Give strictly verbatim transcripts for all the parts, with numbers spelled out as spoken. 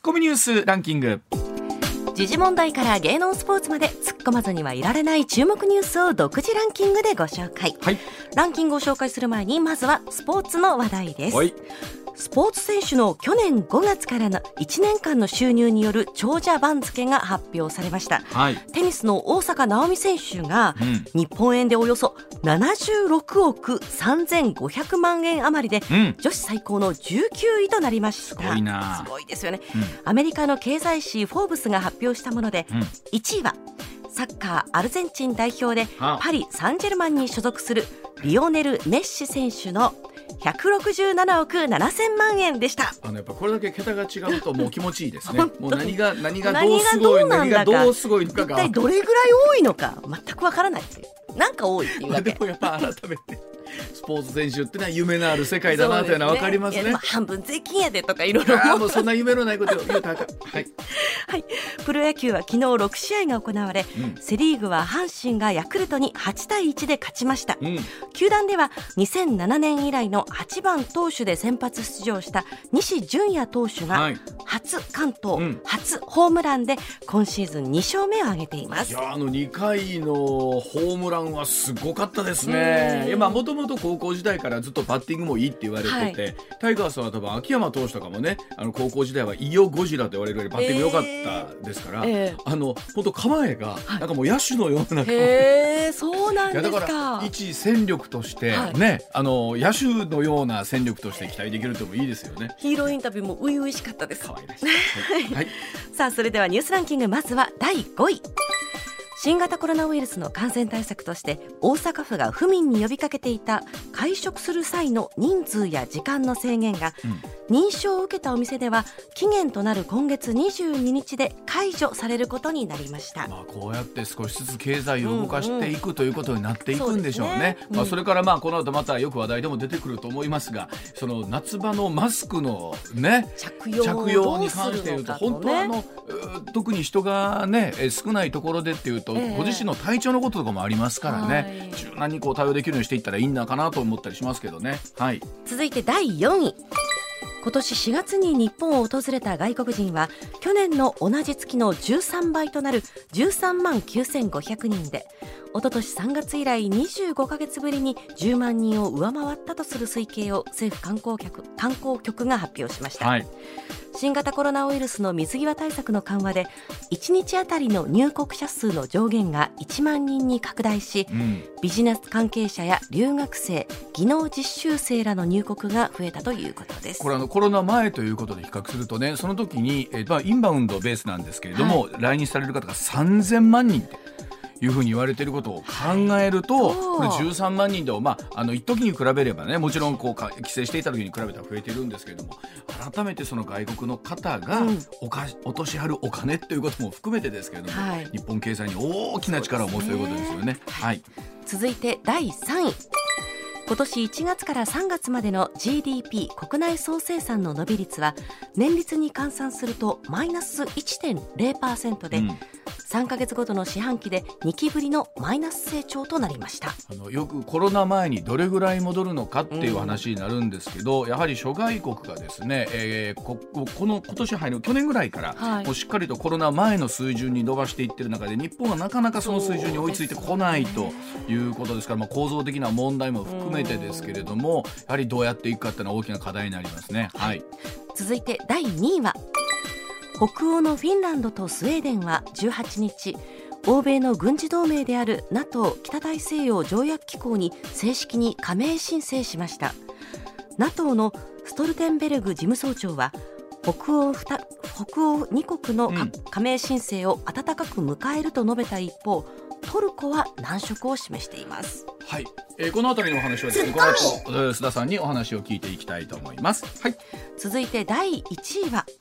コミニュースランキング。 時事問題から芸能スポーツまで突っ込まずにはいられない注目ニュースを独自ランキングでご紹介、 はい、 ランキングを紹介する前にまずはスポーツの話題です。 はい、 スポーツ選手の去年ごがつからのいちねんかんの収入による長者番付が発表されました、 はい、 テニスの大坂なおみ選手が、 うん、 日本円でおよそななじゅうろくおくさんぜんごひゃくまんえん余りで、うん、女子最高のじゅうきゅういとなりました。 すごいな。 すごいですよね、 うん、 アメリカの経済誌フォーブスが発表したもので、うん、いちいはサッカーアルゼンチン代表でパリ・サンジェルマンに所属するリオネル・メッシ選手のひゃくろくじゅうななおくななせんまんえんでした。 あのやっぱこれだけ桁が違うともう気持ちいいですねもう何が何がどうすごい何がどうすごいのかが一体どれぐらい多いのか全くわからないっていう、なんか多いっていうだけ。 でもやっぱ改めてスポーツ選手ってのは夢のある世界だなというのは分かりますね。 まあ、半分税金やでとかいろいろもうそんな夢のないことを言うたらあかん、はいはい、プロ野球は昨日ろくしあいが行われ、うん、セリーグは阪神がヤクルトにはちたいいちで勝ちました、うん、球団ではにせんななねん以来のはちばん投手で先発出場した西純矢投手が初完投、はい、初ホームランで今シーズンにしょうめを挙げています。 いやあのにかいのホームランはすごかったですね。もともと高校時代からずっとバッティングもいいって言われてて、はい、タイガースは多分秋山投手とかもね、あの高校時代はイオゴジラと言われるぐらいバッティング良かったですから、えー、あの本当構えがなんかもう野手のような、はい、 へー、そうなんですか。 いやだから一戦力として、はい、ね、あの野手のような戦力として期待できるともいいですよね。 ヒーローインタビューも初々しかったです。 可愛らしい、はいはい、 さあそれではニュースランキング、まずはだいごい。新型コロナウイルスの感染対策として大阪府が府民に呼びかけていた会食する際の人数や時間の制限が、うん、認証を受けたお店では期限となる今月にじゅうににちで解除されることになりました。 まあ、こうやって少しずつ経済を動かしていくということになっていくんでしょうね。うんうん、そ, う、ね、まあ、それからまあこの後またよく話題でも出てくると思いますが、その夏場のマスクの、ね、 着用着用に関して言うと、本当はあの特に人が、ね、少ないところでっていうと、えー、ご自身の体調のこととかもありますからね、はい、柔軟にこう対応できるようにしていったらいいんだかなと思ったりしますけどね。はい、 続いてだいよんい。今年しがつに日本を訪れた外国人は去年の同じ月のじゅうさんばいとなるじゅうさんまんきゅうせんごひゃくにんで、一昨年さんがつ以来にじゅうごかげつぶりにじゅうまんにんを上回ったとする推計を政府観光局、観光局が発表しました。はい、新型コロナウイルスの水際対策の緩和でいちにちあたりの入国者数の上限がいちまんにんに拡大し、うん、ビジネス関係者や留学生、技能実習生らの入国が増えたということです。 これあのコロナ前ということで比較するとね、その時に、えーまあ、インバウンドベースなんですけれども、はい、来日される方がさんぜんまんにんっていうふうに言われていることを考えると、はい、これじゅうさんまんにんで、まあ、あの一時に比べればね、もちろんこう規制していた時に比べたら増えているんですけれども、改めてその外国の方がおか、うん、落としはるお金ということも含めてですけれども、はい、日本経済に大きな力を持つということですよね。はい、 続いてだいさんい。今年いちがつからさんがつまでの ジーディーピー 国内総生産の伸び率は年率に換算するとマイナス いってんゼロパーセント で、うん、さんかげつごとの四半期でにきぶりのマイナス成長となりました。 あのよくコロナ前にどれぐらい戻るのかっていう話になるんですけど、うん、やはり諸外国がですね、えー、こ, この今年入る去年ぐらいから、はい、もうしっかりとコロナ前の水準に伸ばしていってる中で、日本はなかなかその水準に追いついてこないということですから、まあ、構造的な問題も含めてですけれども、やはりどうやっていくかっていうのは大きな課題になりますね。はい、 続いてだいにいは、北欧のフィンランドとスウェーデンはじゅうはちにち、欧米の軍事同盟である ナトー 北大西洋条約機構に正式に加盟申請しました。 ナトー のストルテンベルグ事務総長は、北欧北欧にこくの、うん、加盟申請を温かく迎えると述べた一方、トルコは難色を示しています。 はい、えー、このあたりのお話はですね、この後須田さんにお話を聞いていきたいと思います。はい、 続いてだいいちいは、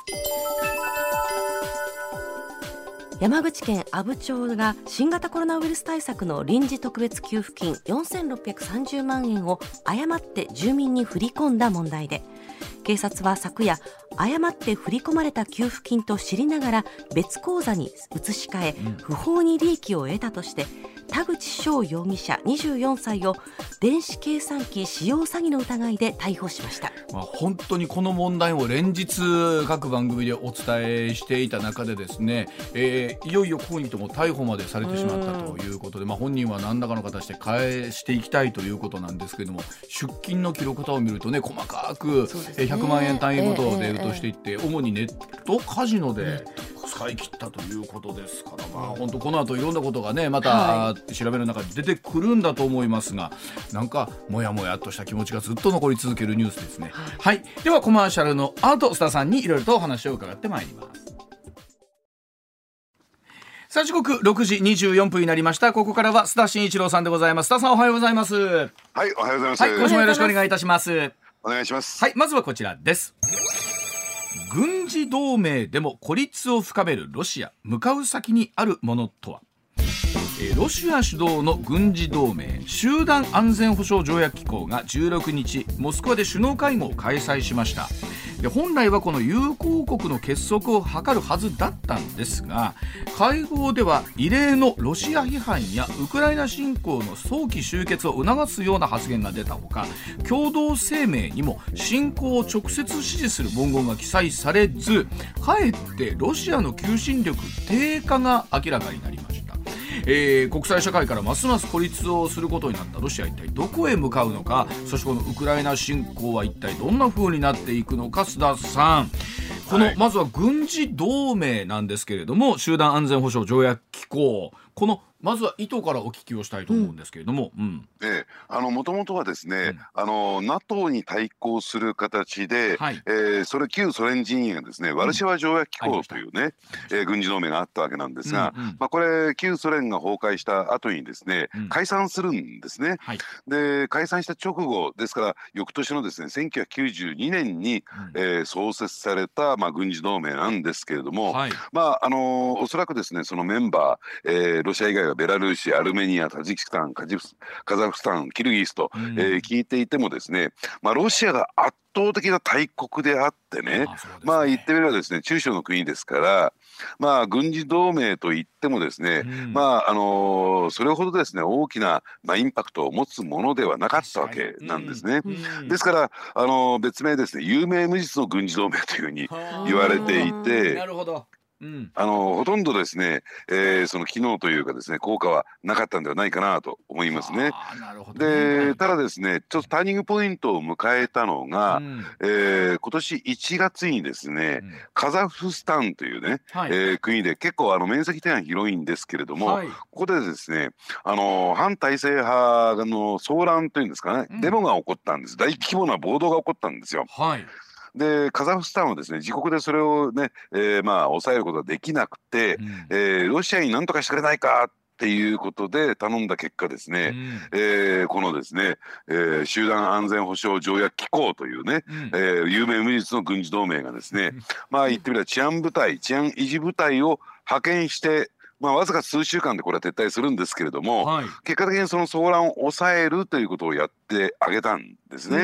山口県阿武町が新型コロナウイルス対策の臨時特別給付金よんせんろっぴゃくさんじゅうまんえんを誤って住民に振り込んだ問題で、警察は昨夜、誤って振り込まれた給付金と知りながら別口座に移し替え、不法に利益を得たとして田口翔容疑者にじゅうよんさいを電子計算機使用詐欺の疑いで逮捕しました。 まあ、本当にこの問題を連日各番組でお伝えしていた中でですね、えー、いよいよここに来ても逮捕までされてしまったということで、まあ、本人は何らかの形で返していきたいということなんですけれども、出金の記録とかを見るとね、細かくひゃくまんえん単位ごとでとしていって、主にネットカジノで使い切ったということですから、まあ、本当この後いろんなことがねまた調べる中で出てくるんだと思いますが、なんかもやもやっとした気持ちがずっと残り続けるニュースですね。はい、はい、ではコマーシャルの後、須田さんにいろいろとお話を伺ってまいります。さあ時刻ろくじにじゅうよんぷんになりました。ここからは須田慎一郎さんでございます。須田さん、おはようございます。 はい、おはようございます。 はい、今週もよろしくお願いいたします。 お願いします。 はい、まずはこちらです。軍事同盟でも孤立を深めるロシア、向かう先にあるものとは。ロシア主導の軍事同盟集団安全保障条約機構がじゅうろくにちモスクワで首脳会合を開催しました。で本来はこの友好国の結束を図るはずだったんですが、会合では異例のロシア批判やウクライナ侵攻の早期終結を促すような発言が出たほか、共同声明にも侵攻を直接支持する文言が記載されず、かえってロシアの求心力低下が明らかになりました。えー、国際社会からますます孤立をすることになったロシア、一体どこへ向かうのか、そしてこのウクライナ侵攻は一体どんな風になっていくのか、須田さん、この、はい、まずは軍事同盟なんですけれども、集団安全保障条約機構、このまずは意図からお聞きをしたいと思うんですけれども、うん、 ええ、あの元々はですね、うん、あの NATO に対抗する形で、はい、えー、それ旧ソ連陣営がですね、ワルシャワ条約機構というね、うん、えー、軍事同盟があったわけなんですが、うんうん、まあ、これ旧ソ連が崩壊した後にですね、うん、解散するんですね、はい、で解散した直後ですから、翌年のですねせんきゅうひゃくきゅうじゅうにねんに、うん、えー、創設された、まあ、軍事同盟なんですけれども、はい、まああのー、おそらくですねそのメンバー、えー、ロシア以外はベラルーシ、アルメニア、タジキスタン、カジカザフスタン、キルギスと、うん、えー、聞いていてもですね、まあ、ロシアが圧倒的な大国であってね、あ、そうですね、まあ言ってみればですね中小の国ですから、まあ軍事同盟といってもですね、うん、まああのー、それほどですね大きな、まあ、インパクトを持つものではなかったわけなんですね、うんうん、ですから、あのー、別名ですね有名無実の軍事同盟というふうに言われていて、 なるほど、うん、 あのほとんどですね、えー、その機能というかですね効果はなかったんではないかなと思いますね。 なるほどでね。 ただですねちょっとターニングポイントを迎えたのが、うん、えー、今年いちがつにですね、うん、カザフスタンというね、はい、えー、国で結構あの面積的には広いんですけれども、はい、ここでですねあの反体制派の騒乱というんですかね、うん、デモが起こったんです。大規模な暴動が起こったんですよ。はい、でカザフスタンはですね自国でそれをね、えー、まあ抑えることができなくて、うん、えー、ロシアに何とかしてくれないかっていうことで頼んだ結果ですね、うん、えー、このですね、えー、集団安全保障条約機構というね、うん、えー、有名無実の軍事同盟がですね、うん、まあ言ってみれば治安部隊治安維持部隊を派遣して、まあ、わずか数週間でこれは撤退するんですけれども、はい、結果的にその騒乱を抑えるということをやってあげたんですね。うんうん、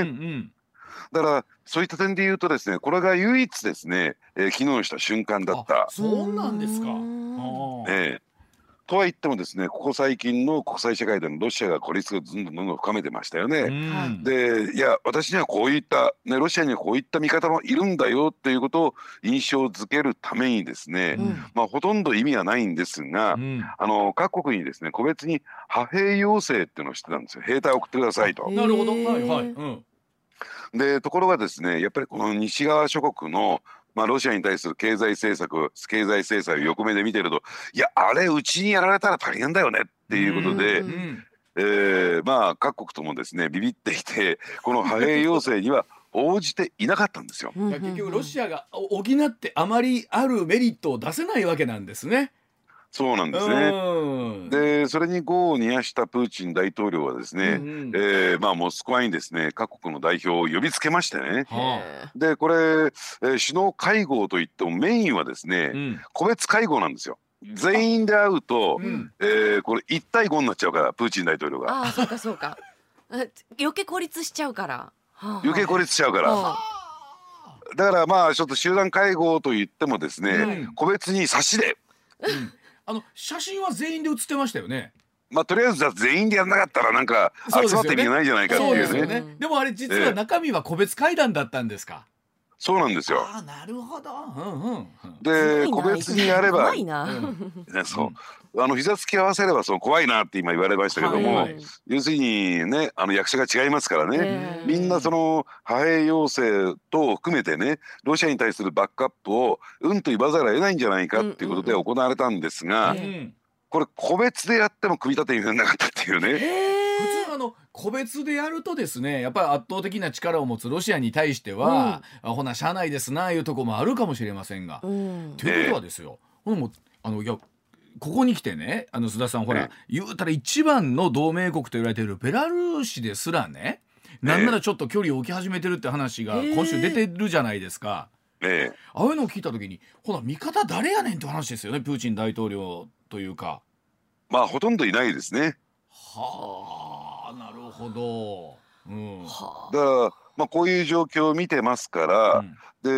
だからそういった点で言うとですねこれが唯一ですね、えー、機能した瞬間だった。 そうなんですか。 えー、とは言ってもですねここ最近の国際社会でのロシアが孤立をどんどんどんどん深めてましたよね。でいや私にはこういった、ね、ロシアにはこういった見方もいるんだよっていうことを印象づけるためにですね、うん、まあ、ほとんど意味はないんですが、うん、あの各国にですね個別に派兵要請っていうのをしてたんですよ。兵隊を送ってくださいと。 なるほど、はいはい、うん、 でところがですねやっぱりこの西側諸国のまあ、ロシアに対する経済政策経済制裁を横目で見てると、いやあれうちにやられたら大変だよねっていうことで、えー、まあ各国ともですねビビっていてこの派兵要請には応じていなかったんですよ。 結局ロシアが補ってあまりあるメリットを出せないわけなんですね。 そうなんですね。でそれに業を煮やしたプーチン大統領はですね、うんうん、えー、まあ、モスクワにですね各国の代表を呼びつけましてね、でこれ、えー、首脳会合といってもメインはですね、うん、個別会合なんですよ。全員で会うと、うん、えー、これいち対ごになっちゃうからプーチン大統領が。 ああそうかそうか余計孤立しちゃうから、はあ、余計孤立しちゃうから、はあ、だからまあちょっと集団会合といってもですね、うん、個別に差しで、 うん、あの写真は全員で写ってましたよね。 まあとりあえず全員でやらなかったらなんか集まってみないじゃないかっていうね。 そうですよね。でもあれ実は中身は個別会談だったんですか。 そうなんですよ。 ああ、なるほど。うんうん。 で個別にやれば、 怖いな、 ね、そう、あの膝つき合わせればその怖いなって今言われましたけども、はいはい、要するにね、あの役者が違いますからね、みんなその派兵要請等を含めてね、ロシアに対するバックアップをうんと言わざるを得ないんじゃないかっていうことで行われたんですが、うんうんうん、これ個別でやっても組み立てにならなかったっていうね。 普通あの個別でやるとですね、やっぱり圧倒的な力を持つロシアに対しては、うん、ほな社内ですないうとこもあるかもしれませんが、うん、ということはですよ、えー、もうあのいやここに来てね、あの須田さんほら、えー、言うたら一番の同盟国と言われているベラルーシですらね、えー、なんならちょっと距離を置き始めてるって話が今週出てるじゃないですか。えー、ああいうのを聞いた時に、ほな味方誰やねんって話ですよね、プーチン大統領というか。 まあほとんどいないですね。 はあ、なるほど。うん、 だからまあこういう状況を見てますから、うん、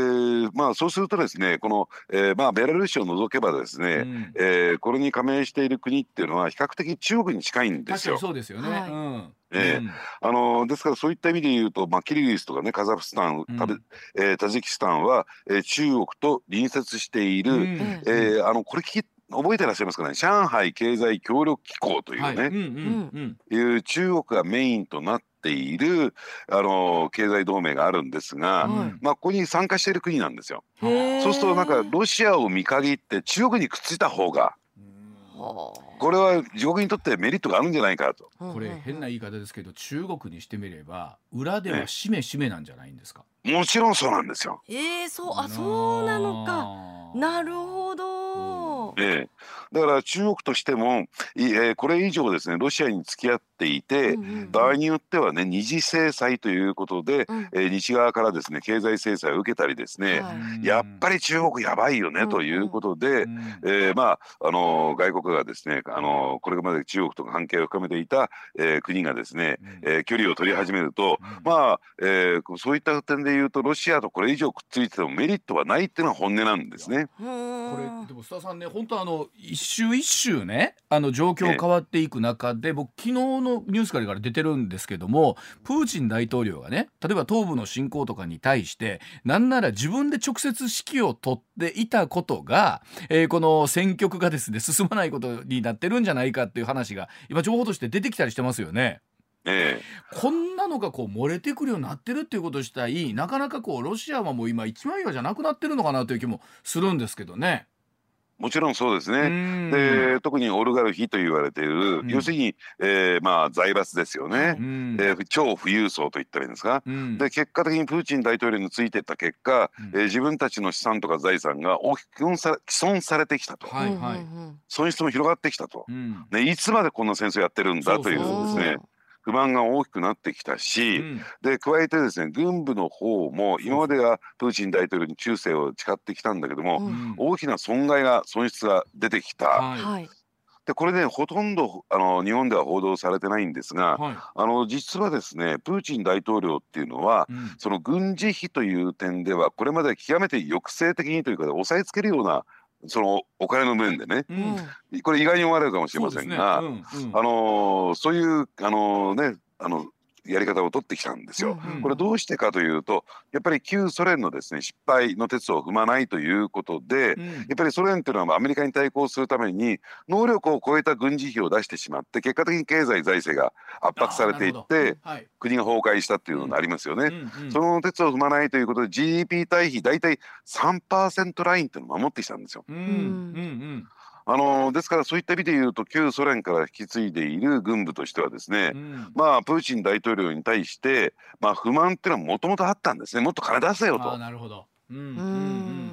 でまあそうするとですね、この、えー、まあベラルーシを除けばですね、うん、えー、これに加盟している国っていうのは比較的中国に近いんですよ。 確かにそうですよね。はい、うん、 えーうん、あのですからそういった意味で言うと、まあ、キルギスとかね、カザフスタン、うん、えー、タジキスタンは、えー、中国と隣接している、うん、えー、あのこれ聞き覚えてらっしゃいますかね、上海経済協力機構というね、はい、うんうんうん、いう中国がメインとなっているあの経済同盟があるんですが、うん、まあここに参加している国なんですよ。そうするとなんかロシアを見限って中国にくっついた方が、これは自国にとってメリットがあるんじゃないかと。 これ変な言い方ですけど、中国にしてみれば裏ではしめしめなんじゃないんですか。 もちろんそうなんですよ。 えー、そう、あ、そうなのか。なるほど。 ええ、だから中国としても、えー、これ以上ですねロシアに付き合っていて、うんうんうん、場合によってはね二次制裁ということで、うん、えー、西側からですね経済制裁を受けたりですね、はい、やっぱり中国やばいよね、うん、ということで、うん、えー、まああのー、外国がですね、あのー、これまで中国と関係を深めていた、えー、国がですね、うん、えー、距離を取り始めると、うん、まあ、えー、そういった点でいうとロシアとこれ以上くっついててもメリットはないっていうのが本音なんですね。 これでも須田さんね、本当あの一週一週ね、あの状況変わっていく中で、僕昨日のニュースから出てるんですけども、プーチン大統領がね、例えば東部の侵攻とかに対してなんなら自分で直接指揮を取っていたことが、えー、この戦局がですね進まないことになってるんじゃないかっていう話が今情報として出てきたりしてますよね。ええ、こんなのがこう漏れてくるようになってるっていうこと自体、なかなかこうロシアはもう今一枚岩じゃなくなってるのかなという気もするんですけどね。 もちろんそうですね。で特にオリガルヒと言われている、要するに、えー、まあ財閥ですよね。えー、超富裕層といったらいいんですか。で結果的にプーチン大統領についていった結果、えー、自分たちの資産とか財産が大きく毀損されてきたと、はいはい、損失も広がってきたと、ね、いつまでこんな戦争やってるんだというですね、不満が大きくなってきたし、うん、で加えてですね軍部の方も今まではプーチン大統領に忠誠を誓ってきたんだけども、うん、大きな損害が損失が出てきた、はい、でこれねほとんどあの日本では報道されてないんですが、はい、あの実はですねプーチン大統領っていうのは、うん、その軍事費という点ではこれまで極めて抑制的にというか抑えつけるようなそのお金の面でね、うん、これ意外に思われるかもしれませんが、そうですね、うんうん、あのそういうあのねあのやり方を取ってきたんですよ。うんうん、これどうしてかというとやっぱり旧ソ連のですね失敗の鉄を踏まないということで、うん、やっぱりソ連というのはアメリカに対抗するために能力を超えた軍事費を出してしまって結果的に経済財政が圧迫されていって、はい、国が崩壊したっていうのがありますよね。うんうん、その鉄を踏まないということで ジーディーピー 対比大体 さんパーセント ラインっていうのを守ってきたんですよ。うんうんうんあのですからそういった意味で言うと旧ソ連から引き継いでいる軍部としてはですね、うん、まあプーチン大統領に対して、まあ、不満っていうのはもともとあったんですね。もっと金出せよと。 あ、なるほど。うんうんうん、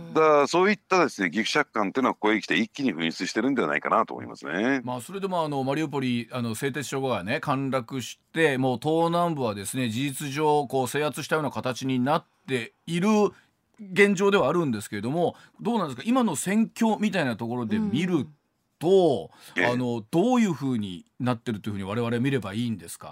だからそういったですねギクシャク感っていうのはここへ来て一気に噴出してるんではないかなと思いますね。 まあそれでもあのマリウポリあの製鉄所がね陥落してもう東南部はですね事実上こう制圧したような形になっている現状ではあるんですけれども、どうなんですか今の戦況みたいなところで見ると、うん、あのどういう風になってるというふうに我々見ればいいんですか。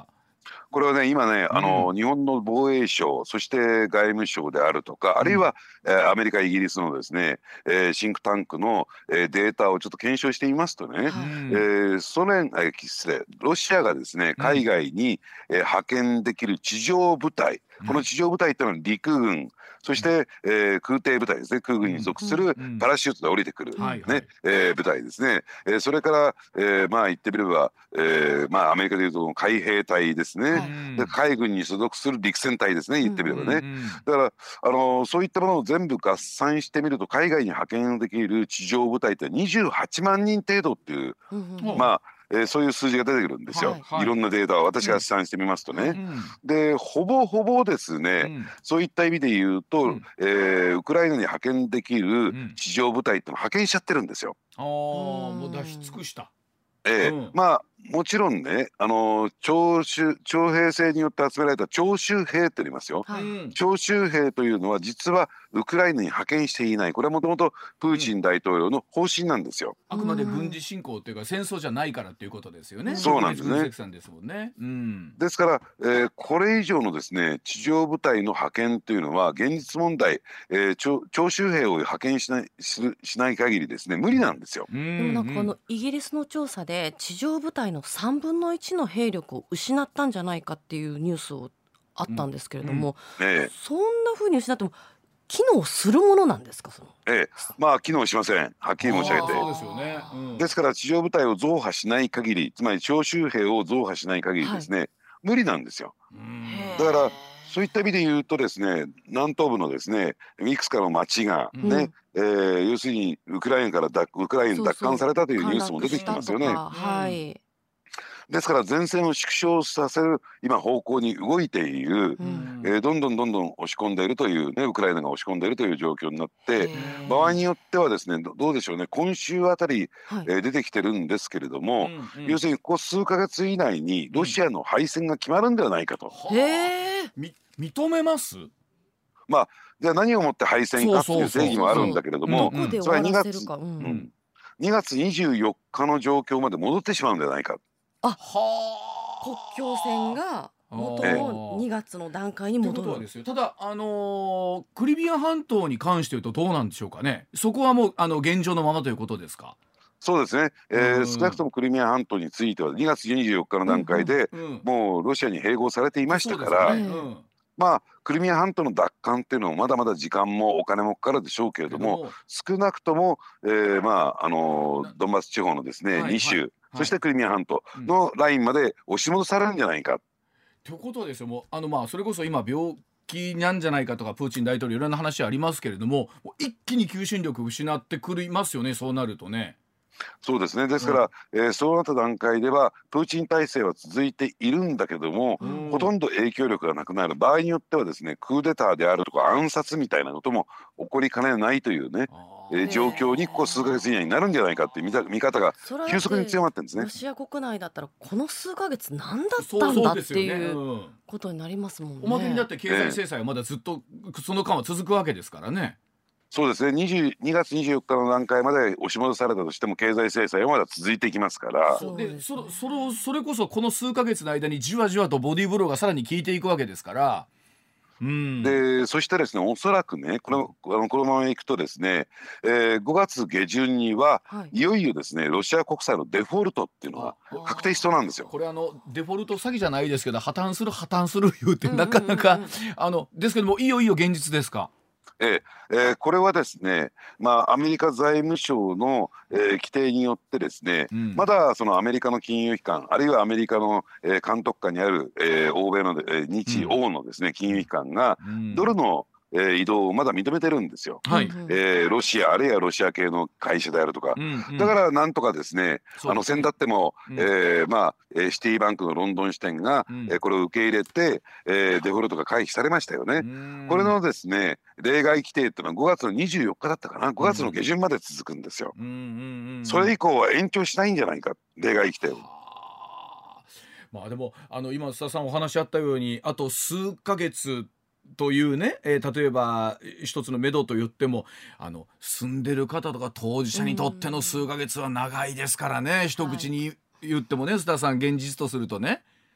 これはね今ね、あの、うん、日本の防衛省そして外務省であるとか、あるいは、うん、えー、アメリカイギリスのですね、えー、シンクタンクの、えー、データをちょっと検証してみますとね、うん、えー、ソ連、えー、失礼ロシアがですね海外に、うん、えー、派遣できる地上部隊、うん、この地上部隊っていうのは陸軍そして、えー、空挺部隊ですね、空軍に属するパラシュートで降りてくる、うん、ね、えー、部隊ですね、えー、それから、えー、まあ言ってみれば、えー、まあアメリカでいうと海兵隊ですね、はい、で海軍に所属する陸戦隊ですね、言ってみればね、うんうんうん、だから、あのー、そういったものを全部合算してみると海外に派遣できる地上部隊ってにじゅうはちまんにん程度っていう、うんうん、まあえー、そういう数字が出てくるんですよ、はいはい、いろんなデータを私が試算してみますとね、うん、でほぼほぼですね、うん、そういった意味で言うと、うん、えー、ウクライナに派遣できる地上部隊ってのを派遣しちゃってるんですよ。 ああ、もう出し尽くした。 えーうん、まあもちろんね、あの徴集徴兵制によって集められた徴集兵って言いますよ、はい、徴集兵というのは実はウクライナに派遣していない、これはもともとプーチン大統領の方針なんですよ、 うん、あくまで軍事侵攻というか戦争じゃないからっていうことですよね。 そうなんですね。 ですもんね、うん、 ですから、えー、これ以上のですね地上部隊の派遣というのは現実問題、えー、徴, 徴集兵を派遣しないししない限りですね無理なんですよ。 でもなんかあのイギリスの調査で地上部隊のさんぶんのいちの兵力を失ったんじゃないかっていうニュースをあったんですけれども、うんうん、ええ、そんな風に失っても機能するものなんですか？そのええ、まあ機能しません、はっきり申し上げて。 そうですよね、うん、 ですから地上部隊を増派しない限り、つまり徴集兵を増派しない限りですね、はい、無理なんですよ。だからそういった意味で言うとですね、南東部のですねいくつかの町がね、うん、えー、要するにウクライナからだウクライナに奪還されたというニュースも出てきてますよね。 はい、 ですから前線を縮小させる今方向に動いている、うん、えー、どんどんどんどん押し込んでいるというね、ウクライナが押し込んでいるという状況になって、場合によってはですね ど, どうでしょうね、今週あたり、はい、えー、出てきてるんですけれども、うんうん、要するにここ数ヶ月以内にロシアの敗戦が決まるんではないかと、 うん、へー、 み認めます？ まあじゃあ何をもって敗戦かっていう定義もあるんだけれども、それはにがつ、うんうん、にがつにじゅうよっかの状況まで戻ってしまうんじゃないか。 あ、は国境線が元のにがつの段階に戻る。ということはですよ、 ただ、あのー、クリミア半島に関して言うとどうなんでしょうかね。そこはもうあの現状のままということですか？ そうですね、えー、少なくともクリミア半島についてはにがつにじゅうよっかの段階で、うんうん、もうロシアに併合されていましたから、ね、うん、まあクリミア半島の奪還っていうのもまだまだ時間もお金もかかるでしょうけれども、少なくとも、えー、まああのー、ドンバス地方のですね、はい、に州、そしてクリミア半島のラインまで押し戻されるんじゃないか。 ということですよ。もうあのまあそれこそ今病気なんじゃないかとかプーチン大統領いろんな話ありますけれども、一気に求心力を失ってくりますよね、そうなるとね。 そうですね。ですから、うん、えー、そうなった段階ではプーチン体制は続いているんだけども、うん、ほとんど影響力がなくなる場合によってはですね、クーデターであるとか暗殺みたいなことも起こりかねないというね、えー、状況にここ数ヶ月以内になるんじゃないかっていう見た見方が急速に強まってるんですね。 ロシア国内だったらこの数ヶ月何だったんだっていうことになりますもんね。 おまけにだって経済制裁はまだずっとその間は続くわけですからね。 そうですね、にがつにじゅうよっかの段階まで押し戻されたとしても経済制裁はまだ続いていきますから、 そうで、そ, そ, れそれこそこの数ヶ月の間にじわじわとボディーブローがさらに効いていくわけですから、 うん、でそしてですね、おそらくねこの、あのこのままいくとですね、えー、ごがつげじゅんには、はい、いよいよですねロシア国債のデフォルトっていうのが確定しそうなんですよ。 これあのデフォルト詐欺じゃないですけど、破綻する破綻する言うてなかなか、あのですけども、いよいよ現実ですか？ えーえー、これはですね、まあ、アメリカ財務省の、えー、規定によってですね、うん、まだそのアメリカの金融機関あるいはアメリカの、えー、監督下にある、えー、欧米の、えー、日欧のですね、うん、金融機関がドルのえー、移動をまだ認めてるんですよ、はい、えー、ロシアあるいはロシア系の会社であるとか、うんうん、だからなんとかですね、あの先だっても、うん、えー、まあ、シティバンクのロンドン支店が、うん、えー、これを受け入れて、えー、デフォルトが回避されましたよね。これのですね例外規定っていうのはごがつのにじゅうよっかだったかな、ごがつの下旬まで続くんですよ。それ以降は延長しないんじゃないか、例外規定を。 まあでもあの今須田さんお話あったようにあと数ヶ月というね、えー、例えば一つの目処と言っても、あの住んでる方とか当事者にとっての数ヶ月は長いですからね、一口に言ってもね、須田さん現実とするとね。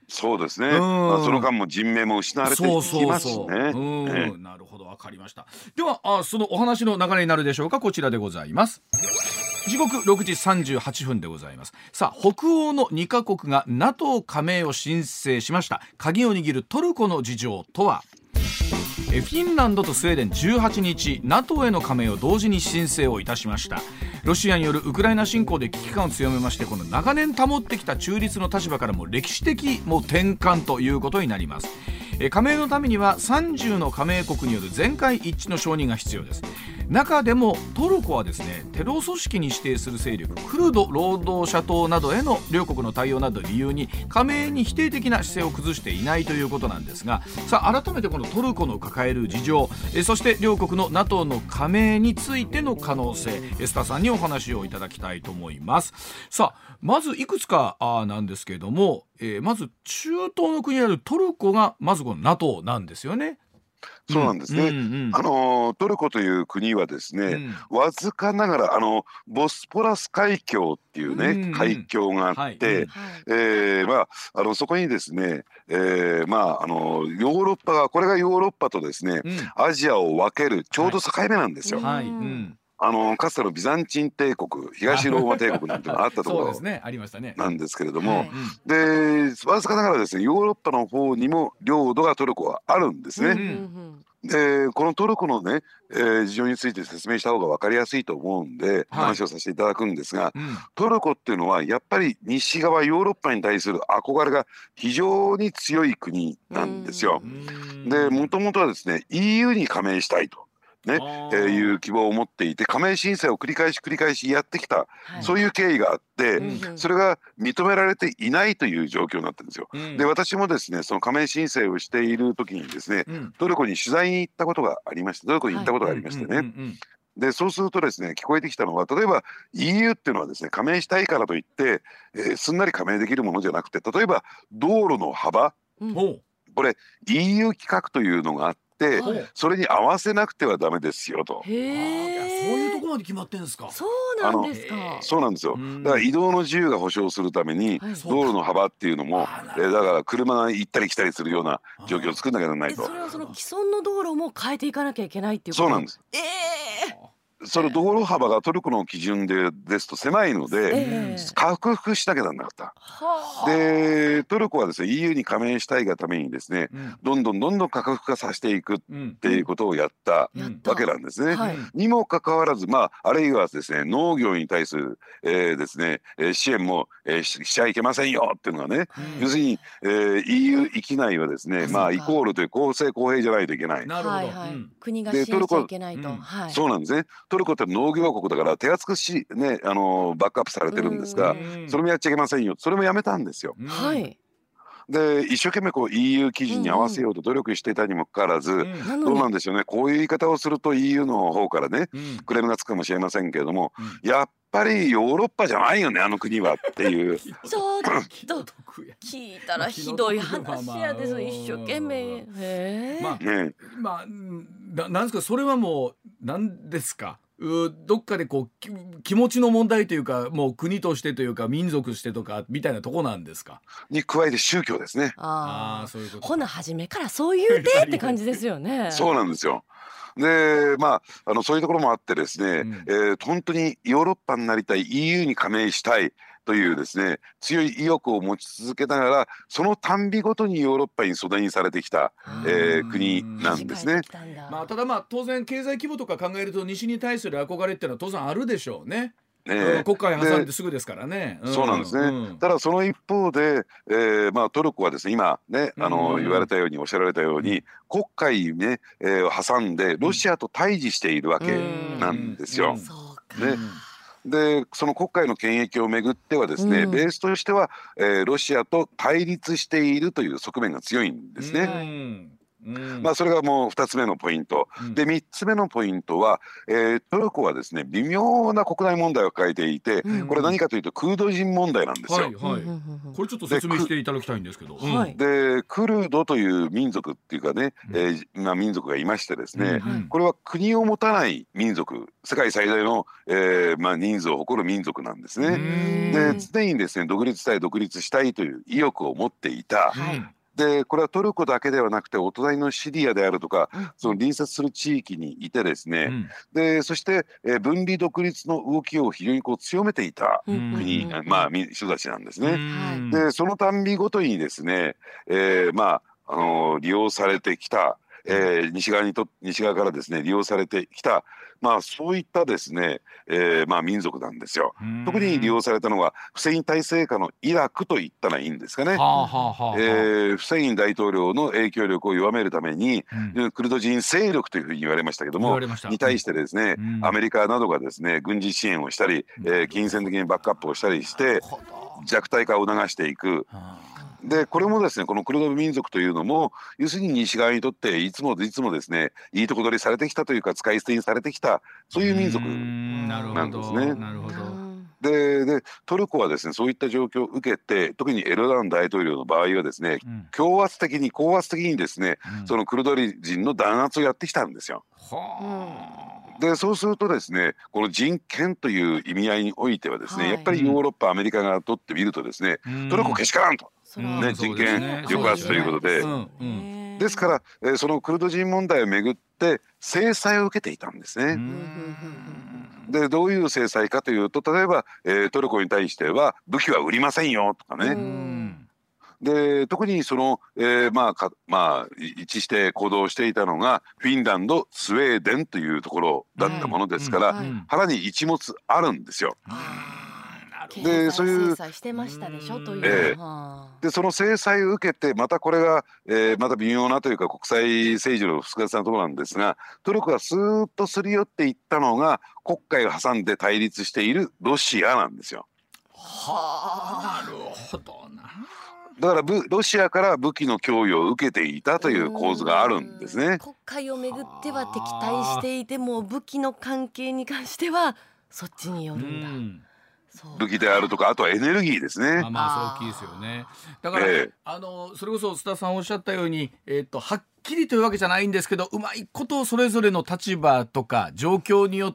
そうですね、まあ、その間も人命も失われていきますしね。 なるほど、わかりました。ではあそのお話の流れになるでしょうか。こちらでございます。時刻ろくじさんじゅうはっぷんでございます。さあ、北欧のにカ国が ナトー 加盟を申請しました。鍵を握るトルコの事情とは。フィンランドとスウェーデンじゅうはちにち ナトー への加盟を同時に申請をいたしました。ロシアによるウクライナ侵攻で危機感を強めまして、この長年保ってきた中立の立場からも歴史的もう転換ということになります。加盟のためにはさんじゅうの加盟国による全会一致の承認が必要です。中でもトルコはですね、テロ組織に指定する勢力クルド労働者党などへの両国の対応などを理由に加盟に否定的な姿勢を崩していないということなんですが、さあ改めてこのトルコの抱える事情、えそして両国の ナトー の加盟についての可能性、エスタさんにお話をいただきたいと思います。さあ、まずいくつかあなんですけれども、えー、まず中東の国であるトルコがまずこの ナトー なんですよね。 そうなんですね、うんうんうん、あのトルコという国はですね、うん、わずかながらあのボスポラス海峡っていうね、うんうん、海峡があって、はい、えーまあ、あのそこにですね、えーまあ、あのヨーロッパがこれがヨーロッパとですね、うん、アジアを分けるちょうど境目なんですよ。はいはい、うんあのかつてのビザンチン帝国、東ローマ帝国なんてのがあったところなんですけれども、でわずかながらですね、ヨーロッパの方にも領土がトルコはあるんですね。うんうんでこのトルコのね、えー、事情について説明した方が分かりやすいと思うんで、はい、話をさせていただくんですが、うん、トルコっていうのはやっぱり西側ヨーロッパに対する憧れが非常に強い国なんですよ。でもともとはですね イーユー に加盟したいとね、えー、いう希望を持っていて、加盟申請を繰り返し繰り返しやってきた、はい、そういう経緯があって、うん、それが認められていないという状況になってるんですよ。うん、で私もですねその加盟申請をしている時にですね、うん、トルコに取材に行ったことがありましてトルコに行ったことがありましてね、でそうするとですね聞こえてきたのは、例えば イーユー っていうのはですね加盟したいからといって、えー、すんなり加盟できるものじゃなくて、例えば道路の幅、うん、これ イーユー 規格というのがあって、はい、それに合わせなくてはダメですよと。 へー、そういうところまで決まってんですか。 そうなんですか。 そうなんですよ。だから移動の自由が保障するために、はい、道路の幅っていうのも、えー、だから車が行ったり来たりするような状況を作んなきゃならないと。 それはその既存の道路も変えていかなきゃいけないっていうこと。 そうなんです。えーその道路幅がトルコの基準でですと狭いので、えー、拡幅しなきゃならなかった。でトルコはですね イーユー に加盟したいがためにですね、うん、どんどんどんどん拡幅化させていくっていうことをやったわけなんですね。うんはい、にもかかわらず、まあ、あるいはですね農業に対する、えーですね、支援も、えー、し, しちゃいけませんよっていうのがね、うん、要するに、えー、イーユー 域内はですね、まあ、イコールという公正公平じゃないといけない。 なるほど、はいはい、国が支援しちゃいけないと、うんはい、 そうなんですね。トルコって農業国だから手厚くし、ね、あのバックアップされてるんですが、それもやっちゃいけませんよ、それもやめたんですよ。はい、で一生懸命こう イーユー 基準に合わせようと努力していたにもかかわらず、うんうん、どうなんでしょうね、こういう言い方をすると イーユー の方からね、うん、クレームがつくかもしれませんけれども、うん、やっぱりヨーロッパじゃないよねあの国はっていうちょっと聞いたらひどい話やです。一生懸命へまあ、ね、まあな、なんですかそれはもう何ですか、うどっかでこう気持ちの問題というか、もう国としてというか民族としてとかみたいなとこなんですか。 に加えて宗教ですね。 ああ、そういうこと。ほな初めからそういうてって感じですよね。 そうなんですよ。でまあ、あのそういうところもあってですね、うんえー、本当にヨーロッパになりたい イーユー に加盟したいというですね強い意欲を持ち続けながら、そのたんびごとにヨーロッパに疎遠されてきた、えー、国なんですね。 まあ、ただまあ当然経済規模とか考えると西に対する憧れっていうのは当然あるでしょうね。ね、国会挟んですぐですからね、 うん、そうなんですね、うん、ただその一方で、えーまあ、トルコはですね今ねあの、うん、言われたようにおっしゃられたように、うん、黒海ね、えー、挟んでロシアと対峙しているわけなんですよ。ねでその黒海の権益をめぐってはですね、うん、ベースとしては、えー、ロシアと対立しているという側面が強いんですね。 うん、まあそれがもうふたつめのポイント、うん、でみっつめのポイントは、えー、トルコはですね微妙な国内問題を抱えていて、うん、これ何かというとクルド人問題なんですよ。 はいはい、これちょっと説明していただきたいんですけど、 で、うん、でクルドという民族っていうかね、うん、えーまあ、民族がいましてですね、うん、これは国を持たない民族、世界最大の、えーまあ、人数を誇る民族なんですね。で常にですね独立したい独立したいという意欲を持っていた、はい、でこれはトルコだけではなくてお隣のシリアであるとか、うん、その隣接する地域にいてですね、うん、でそして、えー、分離独立の動きを非常にこう強めていた国、うん、まあ人たちなんですね。でそのたんびごとにですね、えー、まあ、あのー、利用されてきた、えー、西側にと西側からですね利用されてきた、まあそういったですね、えー、まあ民族なんですよ。特に利用されたのはフセイン体制下のイラクと言ったらいいんですかね。フセイン大統領の影響力を弱めるために、うん、クルド人勢力というふうに言われましたけども、に対してですね、うん、アメリカなどがですね軍事支援をしたり、えー、金銭的にバックアップをしたりして弱体化を促していく。でこれもですねこのクルド民族というのも要するに西側にとっていつもいつもですねいいとこ取りされてきたというか使い捨てにされてきたそういう民族なんですね。 なるほど。 ででトルコはですねそういった状況を受けて特にエルドアン大統領の場合はですね、うん、強圧的に高圧的にですね、うん、そのクルド人の弾圧をやってきたんですよ。はあ、でそうするとですねこの人権という意味合いにおいてはですね、はい、やっぱりヨーロッパアメリカがとってみるとですね、うん、トルコけしからんと、ね、人権抑圧ということで、ですから、えー、そのクルド人問題をめぐって制裁を受けていたんですね。でどういう制裁かというと例えば、えー、トルコに対しては武器は売りませんよとかね。で特にその、えー、まあかまあ一致して行動していたのがフィンランドスウェーデンというところだったものですから、うんうんはい、腹に一物あるんですよ。 でそういう制裁してましたでしょという、 えー、でその制裁を受けてまたこれが、えー、また微妙なというか国際政治の複雑なところなんですがトルコがスーッとすり寄っていったのが黒海を挟んで対立しているロシアなんですよ。 はあ、なるほどな。 だからロシアから武器の供与を受けていたという構図があるんですね。 黒海をめぐっては敵対していても武器の関係に関してはそっちによるんだ。うん武器であるとかあとはエネルギーですね。 まあまあそう大きいですよね。だから、えー、あのそれこそ須田さんおっしゃったように、えー、っとはっきりというわけじゃないんですけどうまいことそれぞれの立場とか状況によって、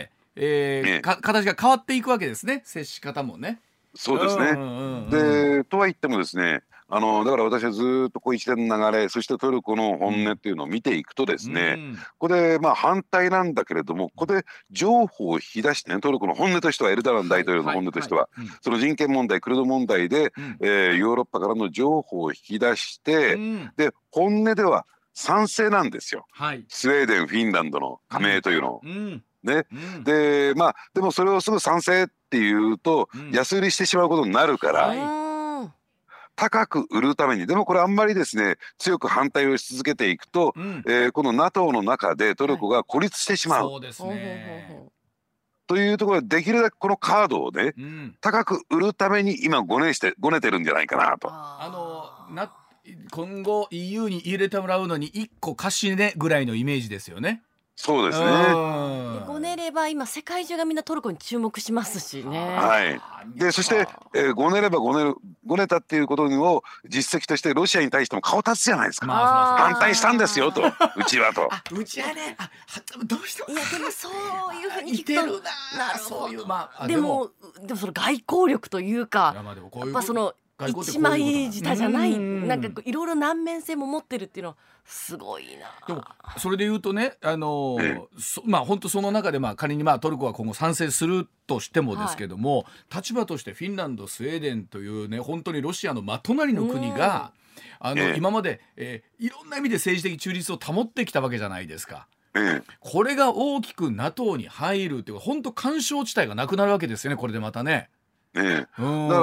えーね、か形が変わっていくわけですね接し方もね。 そうですね、うんうんうん、でとは言ってもですねあのだから私はずっとこう一連の流れそしてトルコの本音っていうのを見ていくとですね、うん、ここでまあ反対なんだけれどもここで譲歩を引き出してねトルコの本音としてはエルドアン大統領の本音としては、はいはいはい、その人権問題クルド問題で、うんえー、ヨーロッパからの譲歩を引き出して、うん、で本音では賛成なんですよ、はい、スウェーデンフィンランドの加盟というのを。うんねうん、でまあでもそれをすぐ賛成っていうと、うん、安売りしてしまうことになるから、はい、高く売るためにでもこれあんまりですね強く反対をし続けていくと、うんえー、この ナトー の中でトルコが孤立してしまう、はい、そうですねというところでできるだけこのカードをね、うん、高く売るために今ごねしてごねてるんじゃないかなと。 あのな今後 イーユー に入れてもらうのにいっこ貸し値ぐらいのイメージですよね。 そうですね。 ごねれば今世界中がみんなトルコに注目しますしね。 はい。でそして、えー、ごねればごねるごねたっていうことを実績としてロシアに対しても顔立つじゃないですか。まあ、反対したんですよとうちはと。 あうちはねあどうしてもいやでもそういうふうに聞くとなるほどそういうまあでもでもその外交力というかやっぱその一枚舌じゃないなんかいろいろ難面性も持ってるっていうのはすごいな。 でもそれで言うとねあのーまあ本当その中でまあ仮にまあトルコは今後賛成するとしてもですけども、はい、立場としてフィンランドスウェーデンというね本当にロシアの真隣の国があの、えー、今まで、えー、いろんな意味で政治的中立を保ってきたわけじゃないですか。えー、これが大きく ナトー に入るっていうか本当干渉地帯がなくなるわけですよねこれでまたね。 えー、だから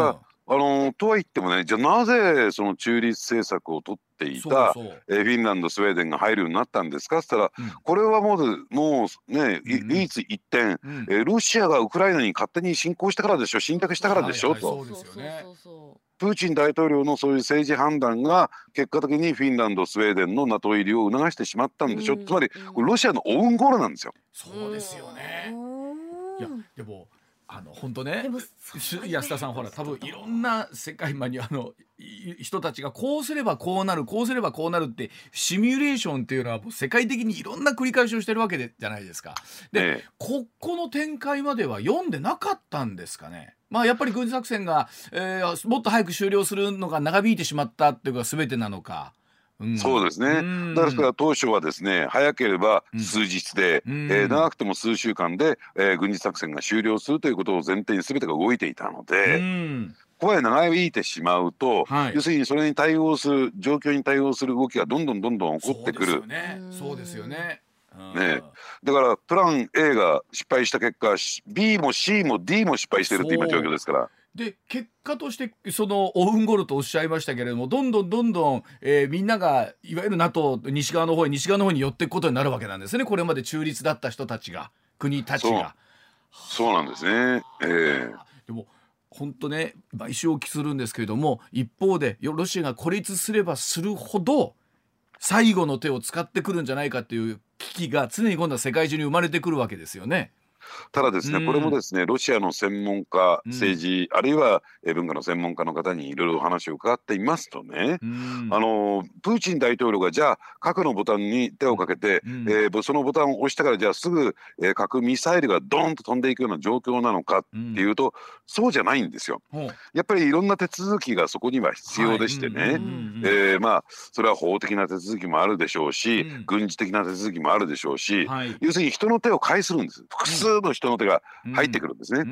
あのとは言ってもね、じゃあなぜその中立政策を取っていたそうそうえフィンランドスウェーデンが入るようになったんですかって言ったら、うん、これはもうもうね、うん、唯一一点、うん、えロシアがウクライナに勝手に侵攻したからでしょ、侵略したからでしょ、はいはい、と。 そうですよね。 プーチン大統領のそういう政治判断が結果的にフィンランドスウェーデンの ナトー 入りを促してしまったんでしょ、うん、つまりこれロシアのオウンゴールなんですよ。 そうですよね。いやでもあの本当ね、安田さんほら多分いろんな世界マニアの人たちがこうすればこうなるこうすればこうなるってシミュレーションっていうのは世界的にいろんな繰り返しをしてるわけでじゃないですか。で、ええ、ここの展開までは読んでなかったんですかね。まあやっぱり軍事作戦が、えー、もっと早く終了するのが長引いてしまったっていうのが全てなのか。 うん、そうですね。だから当初はですね、早ければ数日で、うんえー、長くても数週間で、えー、軍事作戦が終了するということを前提に全てが動いていたので、うんここで長引いてしまうと、はい、要するにそれに対応する状況に対応する動きがどんどんどんどん起こってくる。 そうですよね。 ね、だからプラン A が失敗した結果 B も C も D も失敗してるって今状況ですから。 で結果としてそのオウンゴールとおっしゃいましたけれども、どんどんどんどん、えー、みんながいわゆる ナトー 西側の方へ西側の方に寄っていくことになるわけなんですね。これまで中立だった人たちが国たちが。 そう、そうなんですね。えー、 でも本当ね、一生お聞きするんですけれども、一方でロシアが孤立すればするほど最後の手を使ってくるんじゃないかっていう危機が常に今度は世界中に生まれてくるわけですよね。 ただですね、うん、これもですねロシアの専門家、政治、うん、あるいは文化の専門家の方にいろいろお話を伺っていますとね、うん、あのプーチン大統領がじゃあ核のボタンに手をかけて、うんえー、そのボタンを押したからじゃあすぐ、えー、核ミサイルがドーンと飛んでいくような状況なのかっていうと、うん、そうじゃないんですよ。やっぱりいろんな手続きがそこには必要でしてね、まあそれは法的な手続きもあるでしょうし、うん、軍事的な手続きもあるでしょうし、はい、要するに人の手を介するんです。複数の人の手が入ってくるんですね、うん、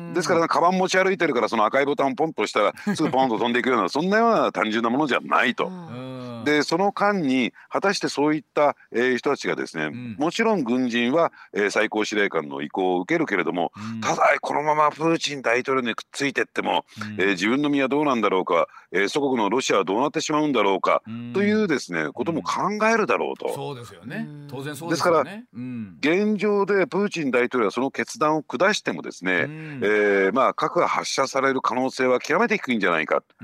ですからカバン持ち歩いてるからその赤いボタンをポンと押したらすぐポンと飛んでいくようなそんなような単純なものじゃないと。でその間に果たしてそういった、えー、人たちがですね、うん、もちろん軍人は、えー、最高司令官の意向を受けるけれども、うん、ただこのままプーチン大統領にくっついてっても、うんえー、自分の身はどうなんだろうか、えー、祖国のロシアはどうなってしまうんだろうか、うん、というですねことも考えるだろうと。 そうですよね、当然そうですよね。 ですから、うん、現状でプーチン大統領はその決断を下してもですね、うんえー、まあ核が発射される可能性は極めて低いんじゃないか、うん、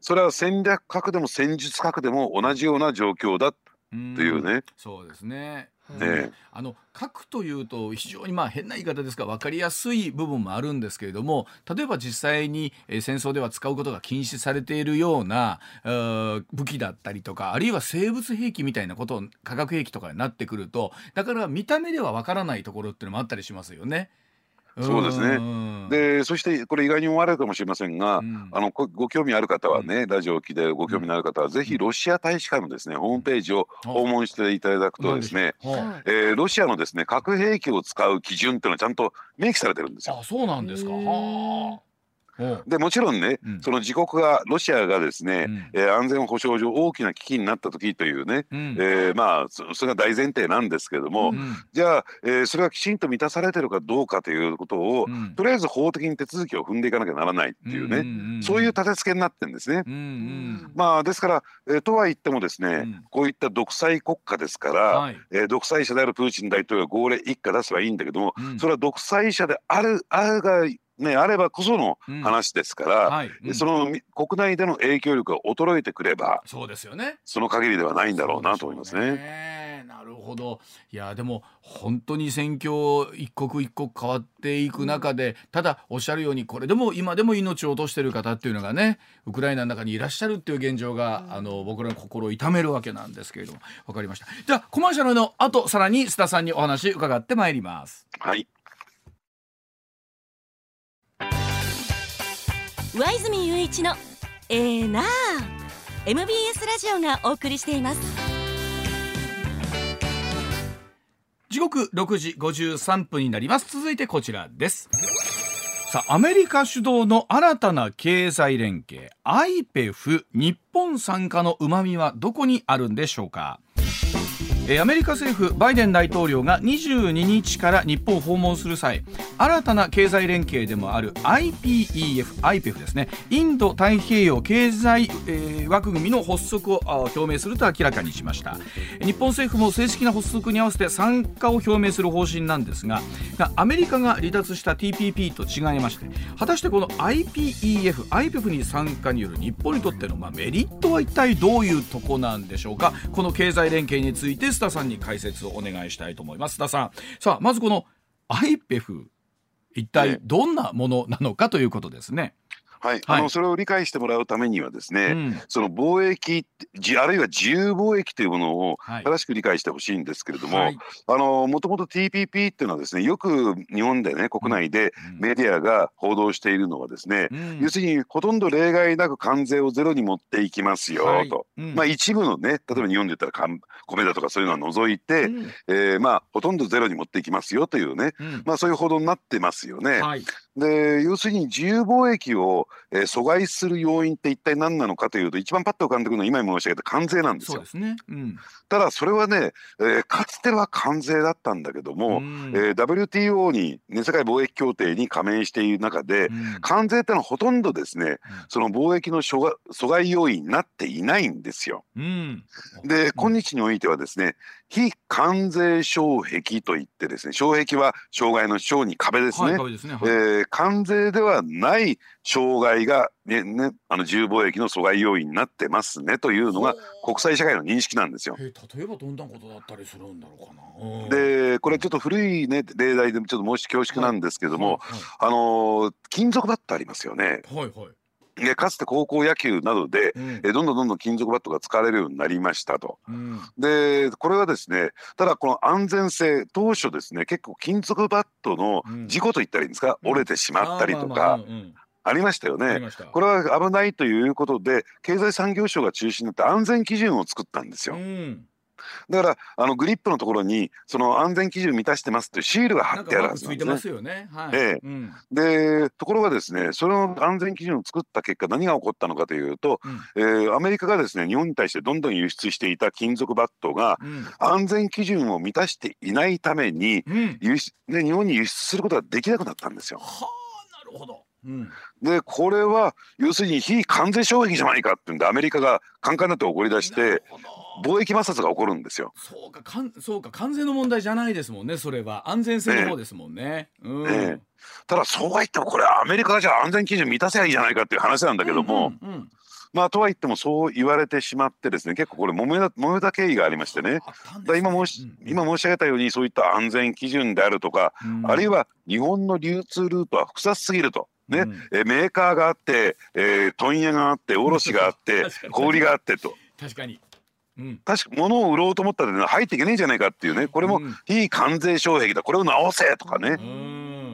それは戦略核でも戦術核でも同じような状況だというね、うん、 そうですね。ね、あの核というと非常にまあ変な言い方ですが分かりやすい部分もあるんですけれども、例えば実際に戦争では使うことが禁止されているような武器だったりとか、あるいは生物兵器みたいなことを化学兵器とかになってくると、だから見た目では分からないところっていうのもあったりしますよね。 そうですね。でそしてこれ意外に思われるかもしれませんが、うん、あのご興味ある方はね、うん、ラジオを聞いてご興味のある方は、うん、ぜひロシア大使館のですねホームページを訪問していただくとですね、うんえー、ロシアのですね核兵器を使う基準っていうのはちゃんと明記されてるんですよ。 あ、そうなんですか。はあ。 でもちろんね、うん、その自国がロシアがですね、うんえー、安全保障上大きな危機になった時というね、うんえー、まあそ, それが大前提なんですけれども、うん、じゃあ、えー、それがきちんと満たされてるかどうかということを、うん、とりあえず法的に手続きを踏んでいかなきゃならないっていうね、うんうんうん、そういう立て付けになってるんですね、うんうん、まあですから、えー、とは言ってもですね、うん、こういった独裁国家ですから、はいえー、独裁者であるプーチン大統領が号令一下出せばいいんだけども、うん、それは独裁者であるあるがね、あればこその話ですから、うんはいうん、その国内での影響力が衰えてくればそうですよね、 その限りではないんだろうなと思いますね。 ね、なるほど。いやでも本当に戦況一刻一刻変わっていく中で、うん、ただおっしゃるようにこれでも今でも命を落としている方っていうのがねウクライナの中にいらっしゃるっていう現状が、うん、あの僕らの心を痛めるわけなんですけれども、分かりました。じゃあコマーシャルの後さらに須田さんにお話伺ってまいります。 はい。 上泉雄一のえーなー エムビーエス ラジオがお送りしています。 時刻ろくじごじゅうさんぷんになります。続いてこちらです。さあアメリカ主導の新たな経済連携 アイペフ 日本参加の旨味はどこにあるんでしょうか。 えー、アメリカ政府バイデン大統領がにじゅうににちから日本を訪問する際、新たな経済連携でもある アイピーイーエフ アイペフ ですね、インド太平洋経済、えー、枠組みの発足を表明すると明らかにしました。日本政府も正式な発足に合わせて参加を表明する方針なんですが、アメリカが離脱した ティーピーピー と違いまして、果たしてこの アイピーイーエフ アイペフ に参加による日本にとっての、まあ、メリットは一体どういうとこなんでしょうか。この経済連携について須田さんに解説をお願いしたいと思います。須田さん、さあまずこの アイペフ 一体どんなものなのかということですね。 はい、あのそれを理解してもらうためにはですね、うん、その貿易あるいは自由貿易というものを正しく理解してほしいんですけれども、はい、あのもともと ティーピーピー っていうのはですね、よく日本でね、国内でメディアが報道しているのはですね、うん、要するにほとんど例外なく関税をゼロに持っていきますよと、はい、うん、まあ一部のね、例えば日本で言ったら米だとかそういうのは除いて、うん、えー、まあほとんどゼロに持っていきますよというね、うん、まあそういう報道になってますよね。はい、で要するに自由貿易を、えー、阻害する要因って一体何なのかというと、一番パッと浮かんでくるのは今申し上げた関税なんですよ。 そうですね、うん、 ただそれはね、えー、かつては関税だったんだけども、うん、えー、ダブリューティーオー に、ね、世界貿易協定に加盟している中で、うん、関税ってのはほとんどですね、うん、その貿易の阻害要因になっていないんですよ。うん、で今日においてはですね、非関税障壁といってですね、障壁は障害の障に壁ですね、はい、壁ですね、はい、えー、関税ではない障害が、ねね、あの自由貿易の阻害要因になってますねというのが国際社会の認識なんですよ。 例えばどんなことだったりするんだろうかな。 でこれちょっと古い、ね、例題でちょっと申し恐縮なんですけども、はいはいはい、あのー、金属バットありますよね。はいはい、でかつて高校野球などで、うん、えどんどんどんどん金属バットが使われるようになりましたと、うん、でこれはですね、ただこの安全性、当初ですね、結構金属バットの事故といったらいいんですか、うん、折れてしまったりとかありましたよね。これは危ないということで経済産業省が中心になって安全基準を作ったんですよ。うん、だからあのグリップのところにその安全基準満たしてますというシールが貼ってあるはずなんですね。でところがですね、その安全基準を作った結果何が起こったのかというと、うん、えー、アメリカがですね日本に対してどんどん輸出していた金属バットが、うん、安全基準を満たしていないために、うん、輸出ね、日本に輸出することができなくなったんですよ。 はあ、なるほど。うん、 でこれは要するに非関税障壁じゃないかっていうんでアメリカがカンカンになって怒り出して貿易摩擦が起こるんですよ。 そうか、かんそうか、関税の問題じゃないですもんね。それは安全性の方ですもんね。ね、うんね、 ただそうは言ってもこれはアメリカがじゃあ安全基準満たせばいいじゃないかっていう話なんだけども、うんうんうん、まあとは言ってもそう言われてしまってですね、結構これ揉めた揉めた経緯がありましてね。だ今申し、うんうん、今申し上げたようにそういった安全基準であるとか、うん、あるいは日本の流通ルートは複雑すぎると。ね、うん、えメーカーがあって、えー、問屋があって卸があって小売りがあってと、 確かに、 うん、確か物を売ろうと思ったら入っていけないんじゃないかっていうね、これも非関税障壁だ、これを直せとかね、うん、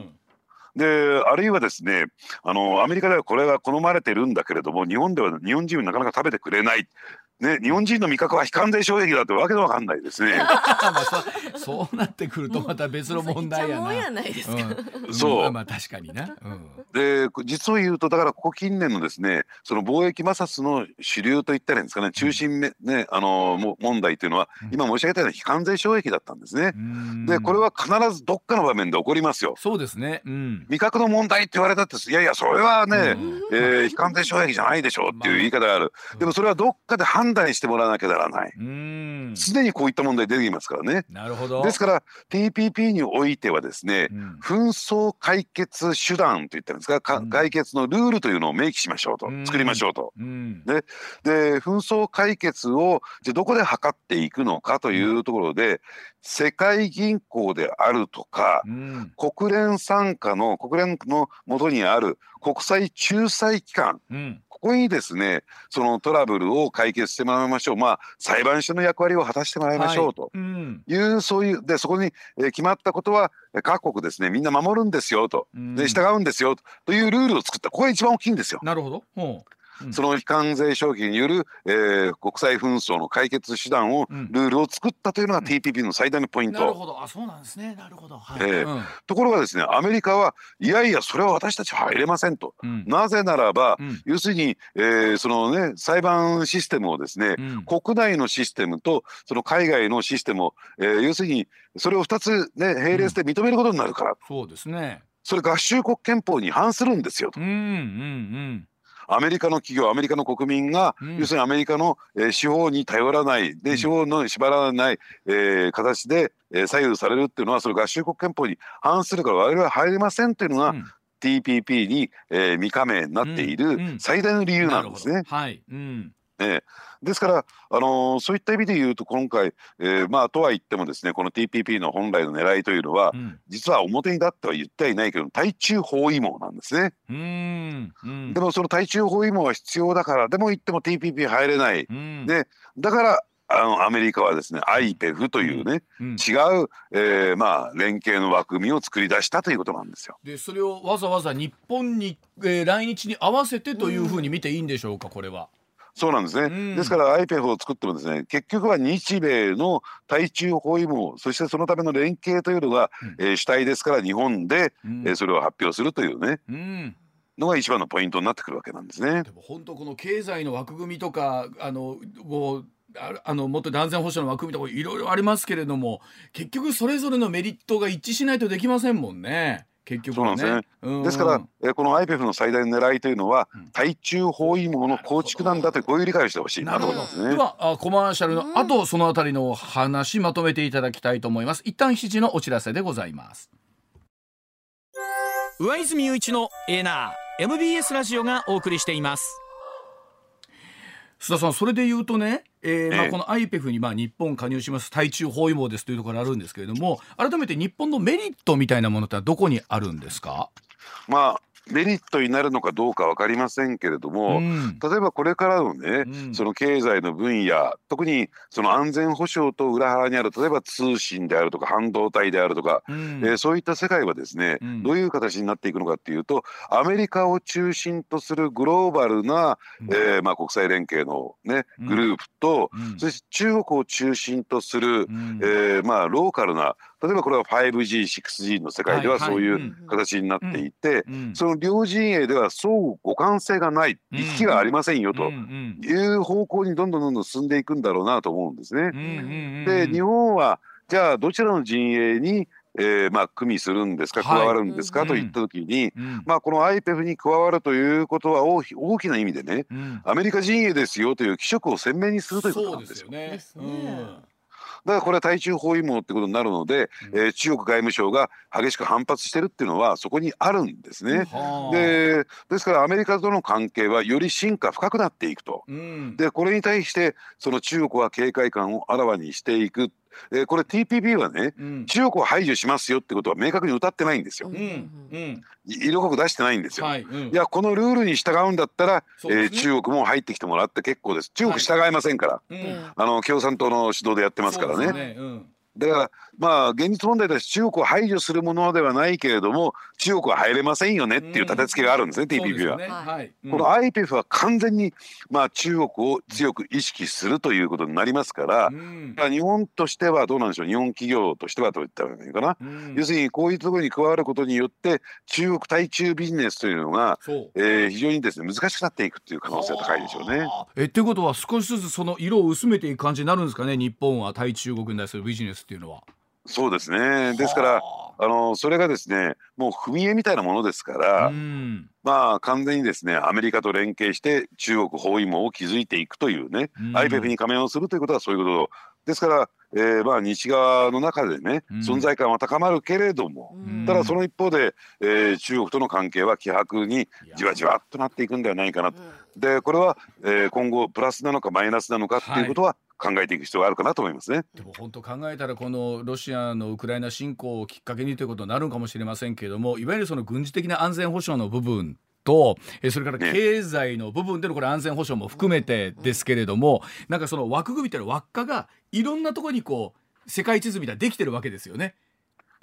であるいはですね、あのアメリカではこれが好まれてるんだけれども日本では日本人はなかなか食べてくれないね、日本人の味覚は非関税障壁だってわけのわかんないですね。まあ、そ, そうなってくるとまた別の問題やな。 やないですか。 うん、 そう、 まあ、まあ確かにな。うん、 で実を言うとだからここ近年のですね、その貿易摩擦の主流といったらいいんですかね、中心め、ね、あのも問題というのは、うん、今申し上げたような非関税障壁だったんですね。でこれは必ずどっかの場面で起こりますよ。 そうですね。うん、 味覚の問題って言われたっていやいやそれはね、うん、えー、非関税障壁じゃないでしょうっていう言い方がある。まあ、でもそれはどっかで判断してもらわなきゃならない。すでにこういった問題出てきますからね。 なるほど。 ですから ティーピーピー においてはですね、うん、紛争解決手段といったんですか、か、うん、解決のルールというのを明記しましょうと、うん、作りましょうと、うん、で, で紛争解決をじゃどこで図っていくのかというところで、うん、世界銀行であるとか、うん、国連傘下の国連の下にある国際仲裁機関、うん、ここにですねそのトラブルを解決してもらいましょう、まあ裁判所の役割を果たしてもらいましょうという、はい、うん、そういうでそこに、えー、決まったことは各国ですねみんな守るんですよと、うん、で従うんですよというルールを作った、ここが一番大きいんですよ。 なるほど。ほううん、その非関税障壁による、えー、国際紛争の解決手段を、うん、ルールを作ったというのが ティーピーピー の最大のポイント。 なるほど、あ、そうなんですね。なるほど、はい、 えーうん、 ところがですね、アメリカはいやいやそれは私たちは入れませんと、うん、なぜならば、うん、要するに、えー、そのね裁判システムをですね、うん、国内のシステムとその海外のシステムを、えー、要するにそれをふたつね並列で認めることになるから、うん、 そうですね。 それ合衆国憲法に反するんですよと。 うんうんうん、 アメリカの企業アメリカの国民が、うん、要するにアメリカの、えー、司法に頼らないで、うん、司法の縛らない、えー、形で、えー、左右されるっていうのはそれ合衆国憲法に反するから我々は入れませんっていうのが、うん、ティーピーピー に、えー、未加盟になっている最大の理由なんですね。 はい、うん、 えー、ですから、あのー、そういった意味で言うと今回、えー、まあとは言ってもですねこの ティーピーピー の本来の狙いというのは、うん、実は表に立っては言ってはいないけど対中包囲網なんですね。 うん、うん、 でもその対中包囲網は必要だからでも言っても ティーピーピー 入れない、うん、でだからあのアメリカはですね アイペフ というね、うんうん、違う、えー、まあ連携の枠組みを作り出したということなんですよ。 でそれをわざわざ日本に、えー、来日に合わせてというふうに見ていいんでしょうか、これは。 そうなんですね、うん、ですから アイペフ を作ってもですね結局は日米の対中包囲網そしてそのための連携というのが、うん、えー、主体ですから日本で、うん、えー、それを発表するというね、うん、のが一番のポイントになってくるわけなんですね。 でも本当この経済の枠組みとかあのもうあのもっと安全保障の枠組みとかいろいろありますけれども結局それぞれのメリットが一致しないとできませんもんね。結局はね。 そうなんですね。うん、ですから、えー、この アイペフ の最大の狙いというのは、うん、対中包囲網の構築なんだというこういう理解をしてほしいなと思いますね。 ではあコマーシャルの後、うん、そのあたりの話まとめていただきたいと思います。一旦しちじのお知らせでございます。 上泉雄一のエーナー エムビーエス ラジオがお送りしています。 須田さん、それで言うとね、えーまあ、この アイペフ にまあ日本加入します対中包囲網ですというところがあるんですけれども改めて日本のメリットみたいなものってどこにあるんですか？ まあメリットになるのかどうか分かりませんけれども、うん、例えばこれからのね、うん、その経済の分野特にその安全保障と裏腹にある例えば通信であるとか半導体であるとか、うん、えー、そういった世界はですね、うん、どういう形になっていくのかっていうとアメリカを中心とするグローバルな、うん、えーまあ、国際連携の、ね、グループと、うん、そして中国を中心とする、うん、えーまあ、ローカルな例えばこれは ファイブジー、シックスジー の世界ではそういう形になっていて、その両陣営では相互互換性がない行き来がありませんよという方向にどんどんどんどん進んでいくんだろうなと思うんですね。で日本はじゃあどちらの陣営にえーまあ、組みするんですか加わるんですか、はい、といった時に、うん、まあ、この アイペフ に加わるということは 大, 大きな意味でね、うん、アメリカ陣営ですよという気色を鮮明にするということなんですよ。 そうですよね。うん、 だからこれは対中包囲網ってことになるので、うん、えー、中国外務省が激しく反発してるっていうのはそこにあるんですね。うん、で, ですからアメリカとの関係はより深化深くなっていくと、うん、でこれに対してその中国は警戒感をあらわにしていく。えー、これ ティーピーピー はね、うん、中国を排除しますよってことは明確に謳ってないんですよ。うんうん、色濃く出してないんですよ。はい、うん、いやこのルールに従うんだったら、ね、えー、中国も入ってきてもらって結構です。中国従いませんから、はい、うん、あの共産党の指導でやってますからね。そうですね、うん、だからまあ現実問題として中国を排除するものではないけれども中国は入れませんよねっていう立て付けがあるんですね、うん、ティーピーピー は、ね、はい、うん、この アイペフ は完全にまあ中国を強く意識するということになりますから、うん、日本としてはどうなんでしょう、日本企業としてはと言ったらいいかな、うん、要するにこういうところに加わることによって中国対中ビジネスというのが、えー、非常にですね難しくなっていくという可能性が高いでしょうね。 えっていうことは少しずつその色を薄めていく感じになるんですかね、日本は対中国に対するビジネスっていうのは。 そうですね。ですからあのそれがですねもう踏み絵みたいなものですから、うん、まあ完全にですねアメリカと連携して中国包囲網を築いていくというね、うん、アイペフ に加盟をするということはそういうことですから、えー、まあ西側の中でね、うん、存在感は高まるけれども、うん、ただその一方で、えー、中国との関係は希薄にじわじわっとなっていくんではないかなと。でこれは、えー、今後プラスなのかマイナスなのかっていうことは、はい、考えていく必要があるかなと思いますね。 でも本当考えたらこのロシアのウクライナ侵攻をきっかけにということになるかもしれませんけれども、いわゆるその軍事的な安全保障の部分とそれから経済の部分でのこれ安全保障も含めてですけれども、なんかその枠組みっていうの輪っかがいろんなところにこう世界地図みたいにできてるわけですよね。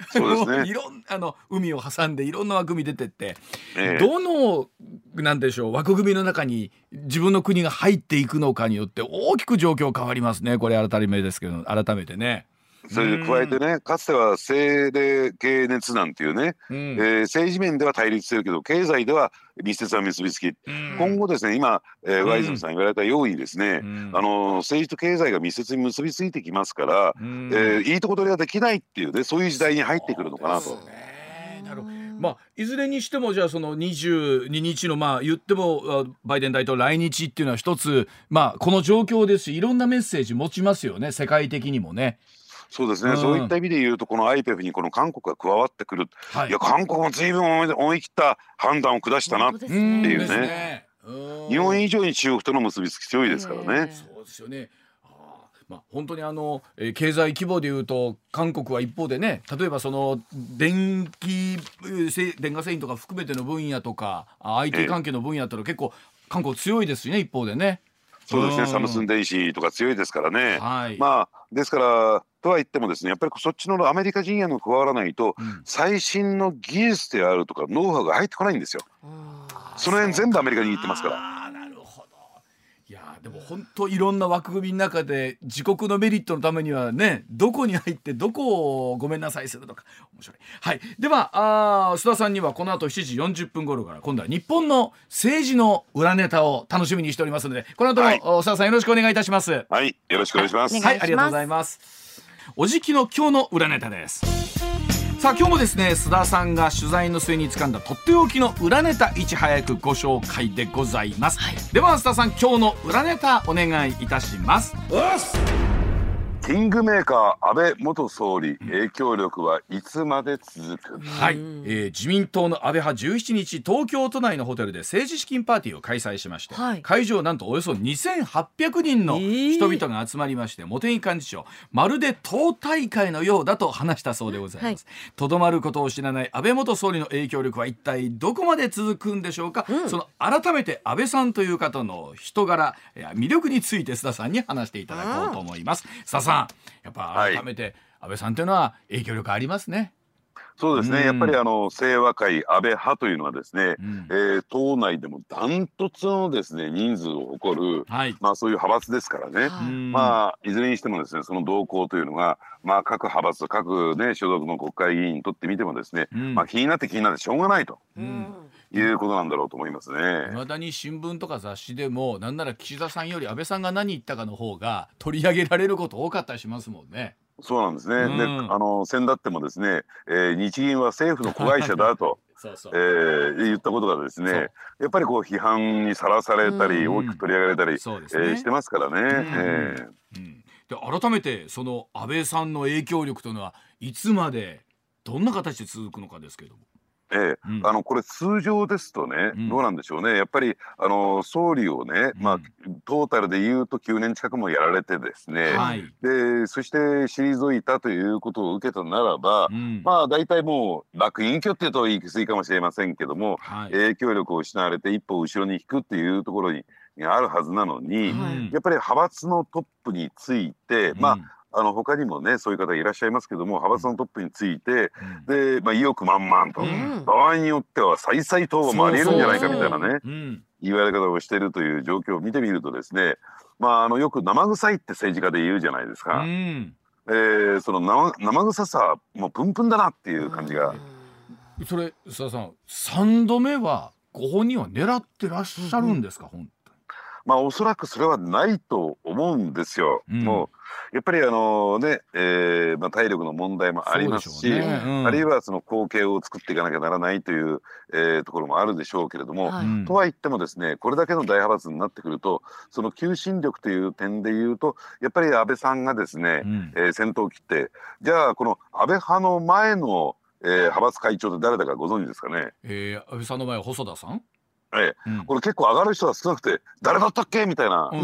そうですねいろんあの海を挟んでいろんな枠組み出てって、 ええ、 どのなんでしょう枠組みの中に自分の国が入っていくのかによって大きく状況変わりますね。これ改めですけど改めてね。 それで加えてね、かつては政令系熱なんていうね、うん、えー、政治面では対立してるけど経済では密接な結びつき、うん、今後ですね今、えー、上泉さん言われたようにですね、うん、あの政治と経済が密接に結びついてきますから、うん、えー、いいとこ取りができないっていうねそういう時代に入ってくるのかなと。 なるほど。まあ、いずれにしてもじゃあそのにじゅうににちのまあ言ってもバイデン大統領来日っていうのは一つ、まあ、この状況ですしいろんなメッセージ持ちますよね世界的にもね。 そうですね、うん、そういった意味で言うとこの アイペフ にこの韓国が加わってくる、はい、いや韓国も随分思い切った判断を下したなっていうね、ね、日本以上に中国との結びつき強いですからね。 そうですよね。まあ、本当にあの、えー、経済規模でいうと韓国は一方でね例えばその電気電化製品とか含めての分野とか アイティー 関係の分野ってのは結構韓国強いですしね一方でね。 そうですね、サムスン電子とか強いですからね、はい、まあですからとは言ってもですねやっぱりそっちのアメリカ人への加わらないと、うん、最新の技術であるとかノウハウが入ってこないんですよ。その辺全部アメリカに握ってますから。 あなるほど。いやでも本当いろんな枠組みの中で自国のメリットのためにはねどこに入ってどこをごめんなさいするのか面白い。はい、ではあ須田さんにはこの後しちじよんじゅっぷん頃から今度は日本の政治の裏ネタを楽しみにしておりますのでこの後も、はい、須田さんよろしくお願いいたします。 はい、よろしくお願いします。 はい、ありがとうございます。おじきの今日の裏ネタです。さあ今日もですね須田さんが取材の末に掴んだとっておきの裏ネタいち早くご紹介でございます、はい、では須田さん今日の裏ネタお願いいたします。 キングメーカー安倍元総理影響力はいつまで続く。 はい、えー、自民党の安倍派じゅうしちにち東京都内のホテルで政治資金パーティーを開催しまして、はい、会場なんとおよそにせんはっぴゃくにんの人々が集まりまして、えー、茂木幹事長まるで党大会のようだと話したそうでございます。とど、はい、まることを知らない安倍元総理の影響力は一体どこまで続くんでしょうか、うん、その改めて安倍さんという方の人柄魅力について須田さんに話していただこうと思います。須田さんやっぱ改めて安倍さんというのは影響力ありますね。 そうですね、うん、やっぱりあの清和会安倍派というのはですね、うん、えー、党内でもダントツのですね人数を誇る、はい、まあそういう派閥ですからね、はい、まあいずれにしてもですねその動向というのがまあ各派閥各ね所属の国会議員にとってみてもですね、うん、まあ気になって気になってしょうがないと。うんいうことなんだろうと思いますね。 未だに新聞とか雑誌でもなんなら岸田さんより安倍さんが何言ったかの方が取り上げられること多かったりしますもんね。 そうなんですね、うん、であの先だってもですね、えー、日銀は政府の子会社だとそうそう、えー、言ったことがですねやっぱりこう批判にさらされたり、うん、大きく取り上げられたり、うんねえー、してますからね、うんえーうん、で改めてその安倍さんの影響力というのはいつまでどんな形で続くのかですけども。 ええうん、あのこれ通常ですとね、うん、どうなんでしょうねやっぱりあの総理をね、うん、まあ、トータルで言うときゅうねん近くもやられてですね、はい、でそして退いたということを受けたならば、うん、まあ大体もう楽隠居っていうと言い過ぎかもしれませんけども、はい、影響力を失われて一歩後ろに引くっていうところにあるはずなのに、はい、やっぱり派閥のトップについて、まああの他にもねそういう方いらっしゃいますけども派閥のトップについて、うん、で、まあ、意欲満々と、うん、場合によっては再々討論もありえるんじゃないかみたいなね、うん、言われ方をしているという状況を見てみるとですね、まあ、あのよく生臭いって政治家で言うじゃないですか、うんえー、その 生, 生臭さもうプンプンだなっていう感じが。 それ須田さんさんどめはご本人は狙ってらっしゃるんですか、うん、本当に。 まあおそらくそれはないと思うんですよ、うん、もうやっぱりあのね、えーまあ、体力の問題もありますし、ねうん、あるいはその後継を作っていかなきゃならないという、えー、ところもあるでしょうけれども、はい、とは言ってもですねこれだけの大派閥になってくるとその求心力という点でいうとやっぱり安倍さんがですね、うんえー、先頭を切ってじゃあこの安倍派の前の、えー、派閥会長って誰だかご存知ですかね。 えー、安倍さんの前は細田さん、 ええうん、これ結構上がる人が少なくて誰だったっけみたいな、うん、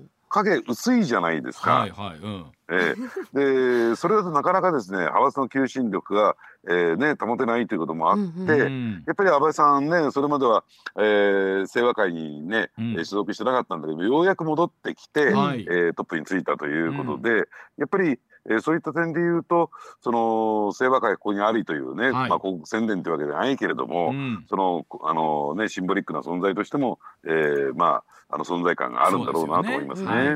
影薄いじゃないですか。はいはいうんええ、でそれだとなかなかですね派閥の求心力が、えーね、保てないということもあって、うんうん、やっぱり安倍さんねそれまでは、えー、清和会にね、うん、所属してなかったんだけどようやく戻ってきて、はいえー、トップについたということで、うん、やっぱりえー、そういった点で言うとその清和会ここにありというね、はい、まあ広告宣伝というわけではないけれども、うん、そのあのねシンボリックな存在としても、えー、まああの存在感があるんだろうなと思いますね。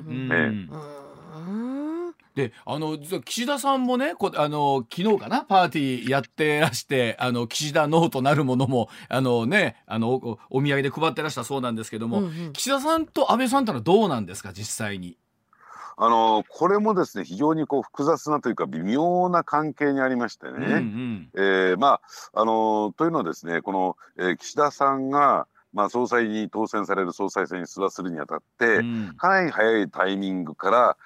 で、あの実は岸田さんもね、こあの昨日かなパーティーやってらして、あの岸田ノートなるものもあのねあの お, お土産で配ってらしたそうなんですけども、うんうん、岸田さんと安倍さんというのはどうなんですか実際に。 あのこれもですね非常にこう複雑なというか微妙な関係にありましてね、うんうん、えー、まああのというのはですねこの、えー、岸田さんがまあ、総裁に当選される総裁選に出馬するにあたって、うん、かなり早いタイミングから、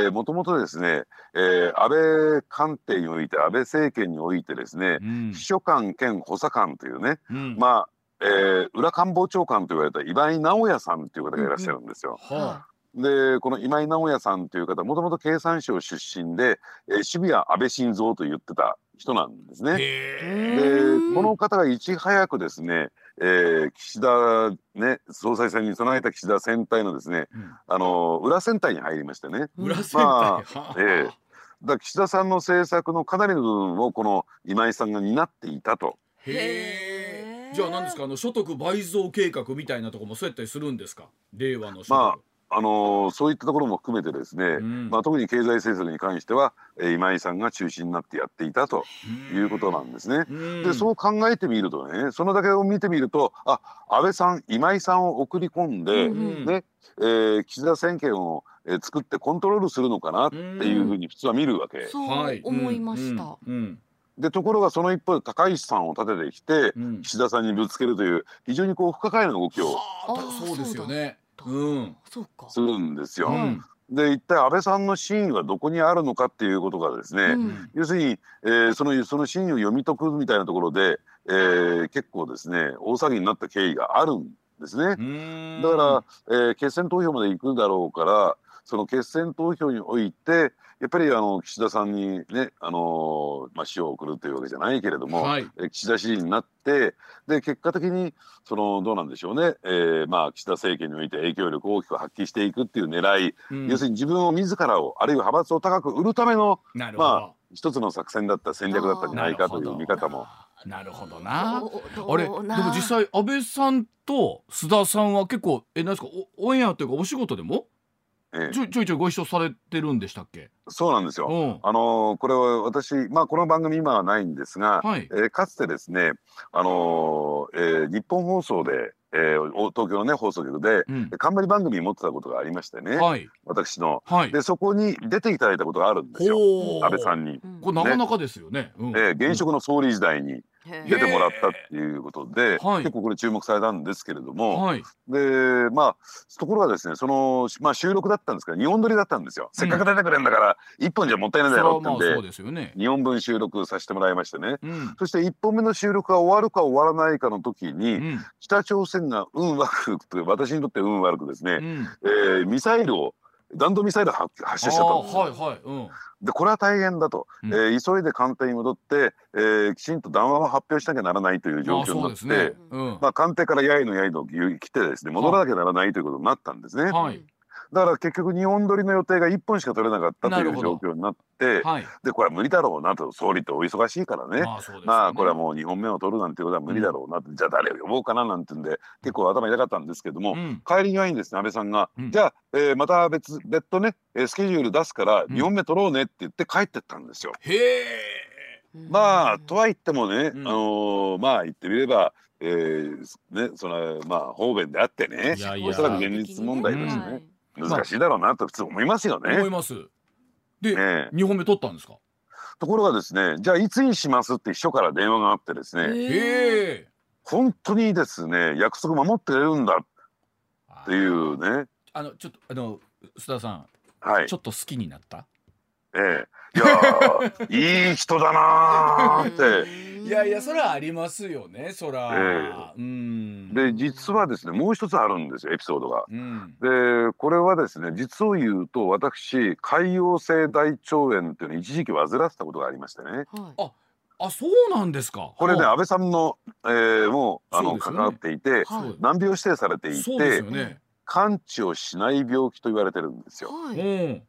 もともとですね、えー、安倍官邸において安倍政権においてですね、うん、秘書官兼補佐官というね、うん、まあ、えー、裏官房長官と言われた今井直哉さんという方がいらっしゃるんですよ。うんうんはあでこの今井直哉さんという方もともと経産省出身で、えー、渋谷安倍晋三と言ってた人なんですね。でこの方がいち早くですね、えー、岸田、ね、総裁選に備えた岸田選対のですね、うん、あの裏選対に入りましてね。 裏選対、まあえー、だ岸田さんの政策のかなりの部分をこの今井さんが担っていたと。 へーじゃあ何ですかあの所得倍増計画みたいなところもそうやったりするんですか令和の所得、 まああのー、そういったところも含めてですね、うんまあ、特に経済政策に関しては、えー、今井さんが中心になってやっていたということなんですね。でそう考えてみるとねそのだけを見てみるとあ安倍さん今井さんを送り込んで、うんねえー、岸田政権を、えー、作ってコントロールするのかなっていうふうに普通は見るわけ。 そう思いました。 でところがその一方で高市さんを立ててきて、うん、岸田さんにぶつけるという非常にこう不可解な動きをそうですよね。 うん、そうかするんですよ。うん、で一体安倍さんの真意はどこにあるのかっていうことがですね、うん、要するに、えー、そのその真意を読み解くみたいなところで、えー、結構ですね大騒ぎになった経緯があるんですね。だから、えー、決選投票まで行くだろうからその決選投票においてやっぱりあの岸田さんにね、あのーまあ、塩を送るというわけじゃないけれども、はい、え岸田支持になってで結果的にそのどうなんでしょうね、えーまあ、岸田政権において影響力を大きく発揮していくっていう狙い、うん、要するに自分を自らをあるいは派閥を高く売るためのまあ一つの作戦だった戦略だったんじゃないかという見方も。 なるほどな。あれでも実際安倍さんと須田さんは結構えなんですかオンエアというかお仕事でもちょいちょいちょいご一緒されてるんでしたっけ？ そうなんですよ。うん、あのー、これは私、まあ、この番組今はないんですが、はいえー、かつてですね、あのーえー、日本放送で、えー、東京の、ね、放送局で、うん、冠番組持ってたことがありましてね、はい、私の、はい、でそこに出ていただいたことがあるんですよ安倍さんに。 これなかなかですよね。うんえー、現職の総理時代に出てもらったっていうことで、はい、結構これ注目されたんですけれども、はい、でまあところがですねその、まあ、収録だったんですけどにほん撮りだったんですよ、うん、せっかく出てくれるんだからいっぽんじゃもったいないだろうってんで、まあそうですよね、にほんぶん収録させてもらいましてね、うん、そしていっぽんめの収録が終わるか終わらないかの時に、うん、北朝鮮が運悪く私にとって運悪くですね、うんえー、ミサイルを弾道ミサイルを発射しちゃったんですよ。はいはいうんでこれは大変だと、うんえー、急いで官邸に戻って、えー、きちんと談話を発表しなきゃならないという状況になって、ねうんまあ、官邸からやいのやいの来てですね戻らなきゃならないということになったんですね。はい、だから結局にほん撮りの予定がいっぽんしか撮れなかったという状況になって、はい、でこれは無理だろうなと総理ってお忙しいからね、まあそうですよね、まあこれはもうにほんめを撮るなんていうことは無理だろうなって、うん、じゃあ誰を呼ぼうかななんていうんで結構頭痛かったんですけども、うん、帰り際にですね安倍さんが、うん、じゃあ、えー、また別別途ねスケジュール出すからにほんめ撮ろうねって言って帰ってったんですよ。へーまあとは言ってもね、うん、あのー、まあ言ってみれば、えー、ねそのまあ方便であってねおそらく現実問題としてね、うん、難しいだろうなと普通思いますよね。 思います。で、ね、にほんめ取ったんですか？ ところがですねじゃあいつにしますって秘書から電話があってですねへ本当にですね約束守ってくれるんだっていうねあのちょっとあの須田さん、はい、ちょっと好きになった？ ええ、いやいい人だなーっていやいやそれはありますよねそら、えー、うんで実はですねもう一つあるんですよエピソードが、うん、でこれはですね実を言うと私潰瘍性大腸炎っていうのを一時期患ってたことがありましてね、はい、 ああそうなんですか。 これね安倍さんの、えー、もうあの、ね、関わっていて、はい、難病指定されていて、ね、完治をしない病気と言われてるんですよ。はい、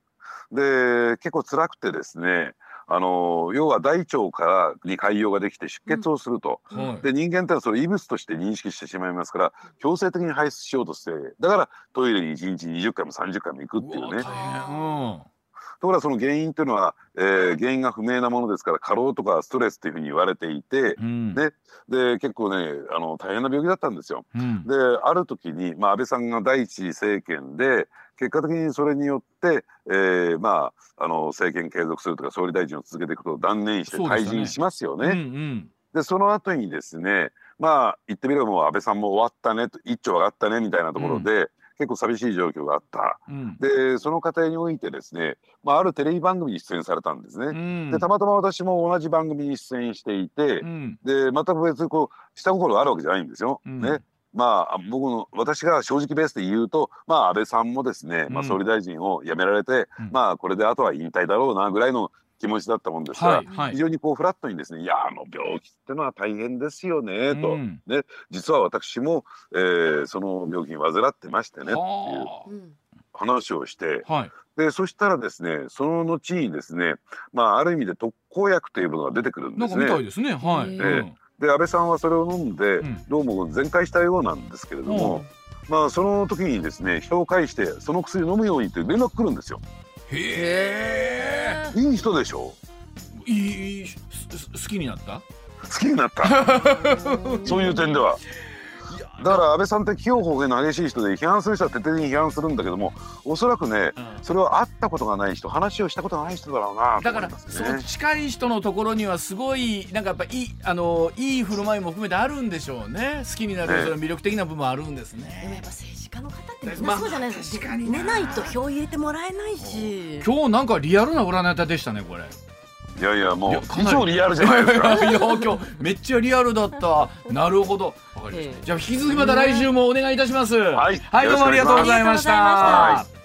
で結構辛くてですね、あの要は大腸からに潰瘍ができて出血をすると、うん、で人間ってのはそれを異物として認識してしまいますから強制的に排出しようとして、だからトイレにいちにちにじゅっかいもさんじゅっかいも行くっていうね。ところがその原因というのは、えー、原因が不明なものですから過労とかストレスというふうに言われていて、うん、で, で結構ねあの大変な病気だったんですよ。うん、である時に、まあ、安倍さんが第一次政権で結果的にそれによって、えーまあ、あの政権継続するとか総理大臣を続けていくことを断念して退陣しますよね。そ, ね、うんうん、でその後にですね、まあ言ってみればもう安倍さんも終わったねと一丁上がったねみたいなところで、うん、結構寂しい状況があった、うん、でその過程においてですね、まあ、あるテレビ番組に出演されたんですね、うん、でたまたま私も同じ番組に出演していて、うん、でまた別にこう下心があるわけじゃないんですよ、うん、ね。まあ僕の私が正直ベースで言うと、まあ安倍さんもですね、うん、まあ、総理大臣を辞められて、うん、まあこれであとは引退だろうなぐらいの気持ちだったもんですから、はいはい、非常にこうフラットにですね、いやあの病気ってのは大変ですよねと、うん、ね、実は私も、えー、その病気に患ってましてねっていう話をして、はい、でそしたらですね、その後にですね、まあある意味で特効薬というものが出てくるんですね。 なんかみたいですね。はい。えーで安倍さんはそれを飲んで、うん、どうも全快したようなんですけれども、うん、まあその時にですね、人を介してその薬飲むようにって連絡来るんですよ。 へえ。いい人でしょ。 いい、いい好きになった。 好きになった。そういう点では。だから安倍さんって器用方言の激しい人で批判する人は徹底的に批判するんだけども、おそらくね、うん、それは会ったことがない人、話をしたことがない人だろうなと思いますね。 だからそう近い人のところにはすごいなんかやっぱいいあのいい振る舞いも含めてあるんでしょうね。好きになる、それ魅力的な部分あるんですね。 でもやっぱ政治家の方ってみんなそうじゃないですか。寝ないと票入れてもらえないし。 今日なんかリアルな占い方でしたねこれ。 いやいやもう超リアルじゃないですか。 いや今日めっちゃリアルだった。なるほど。わかりました。じゃあ引き続きまた来週もお願いいたします。はい、はい、どうもありがとうございました。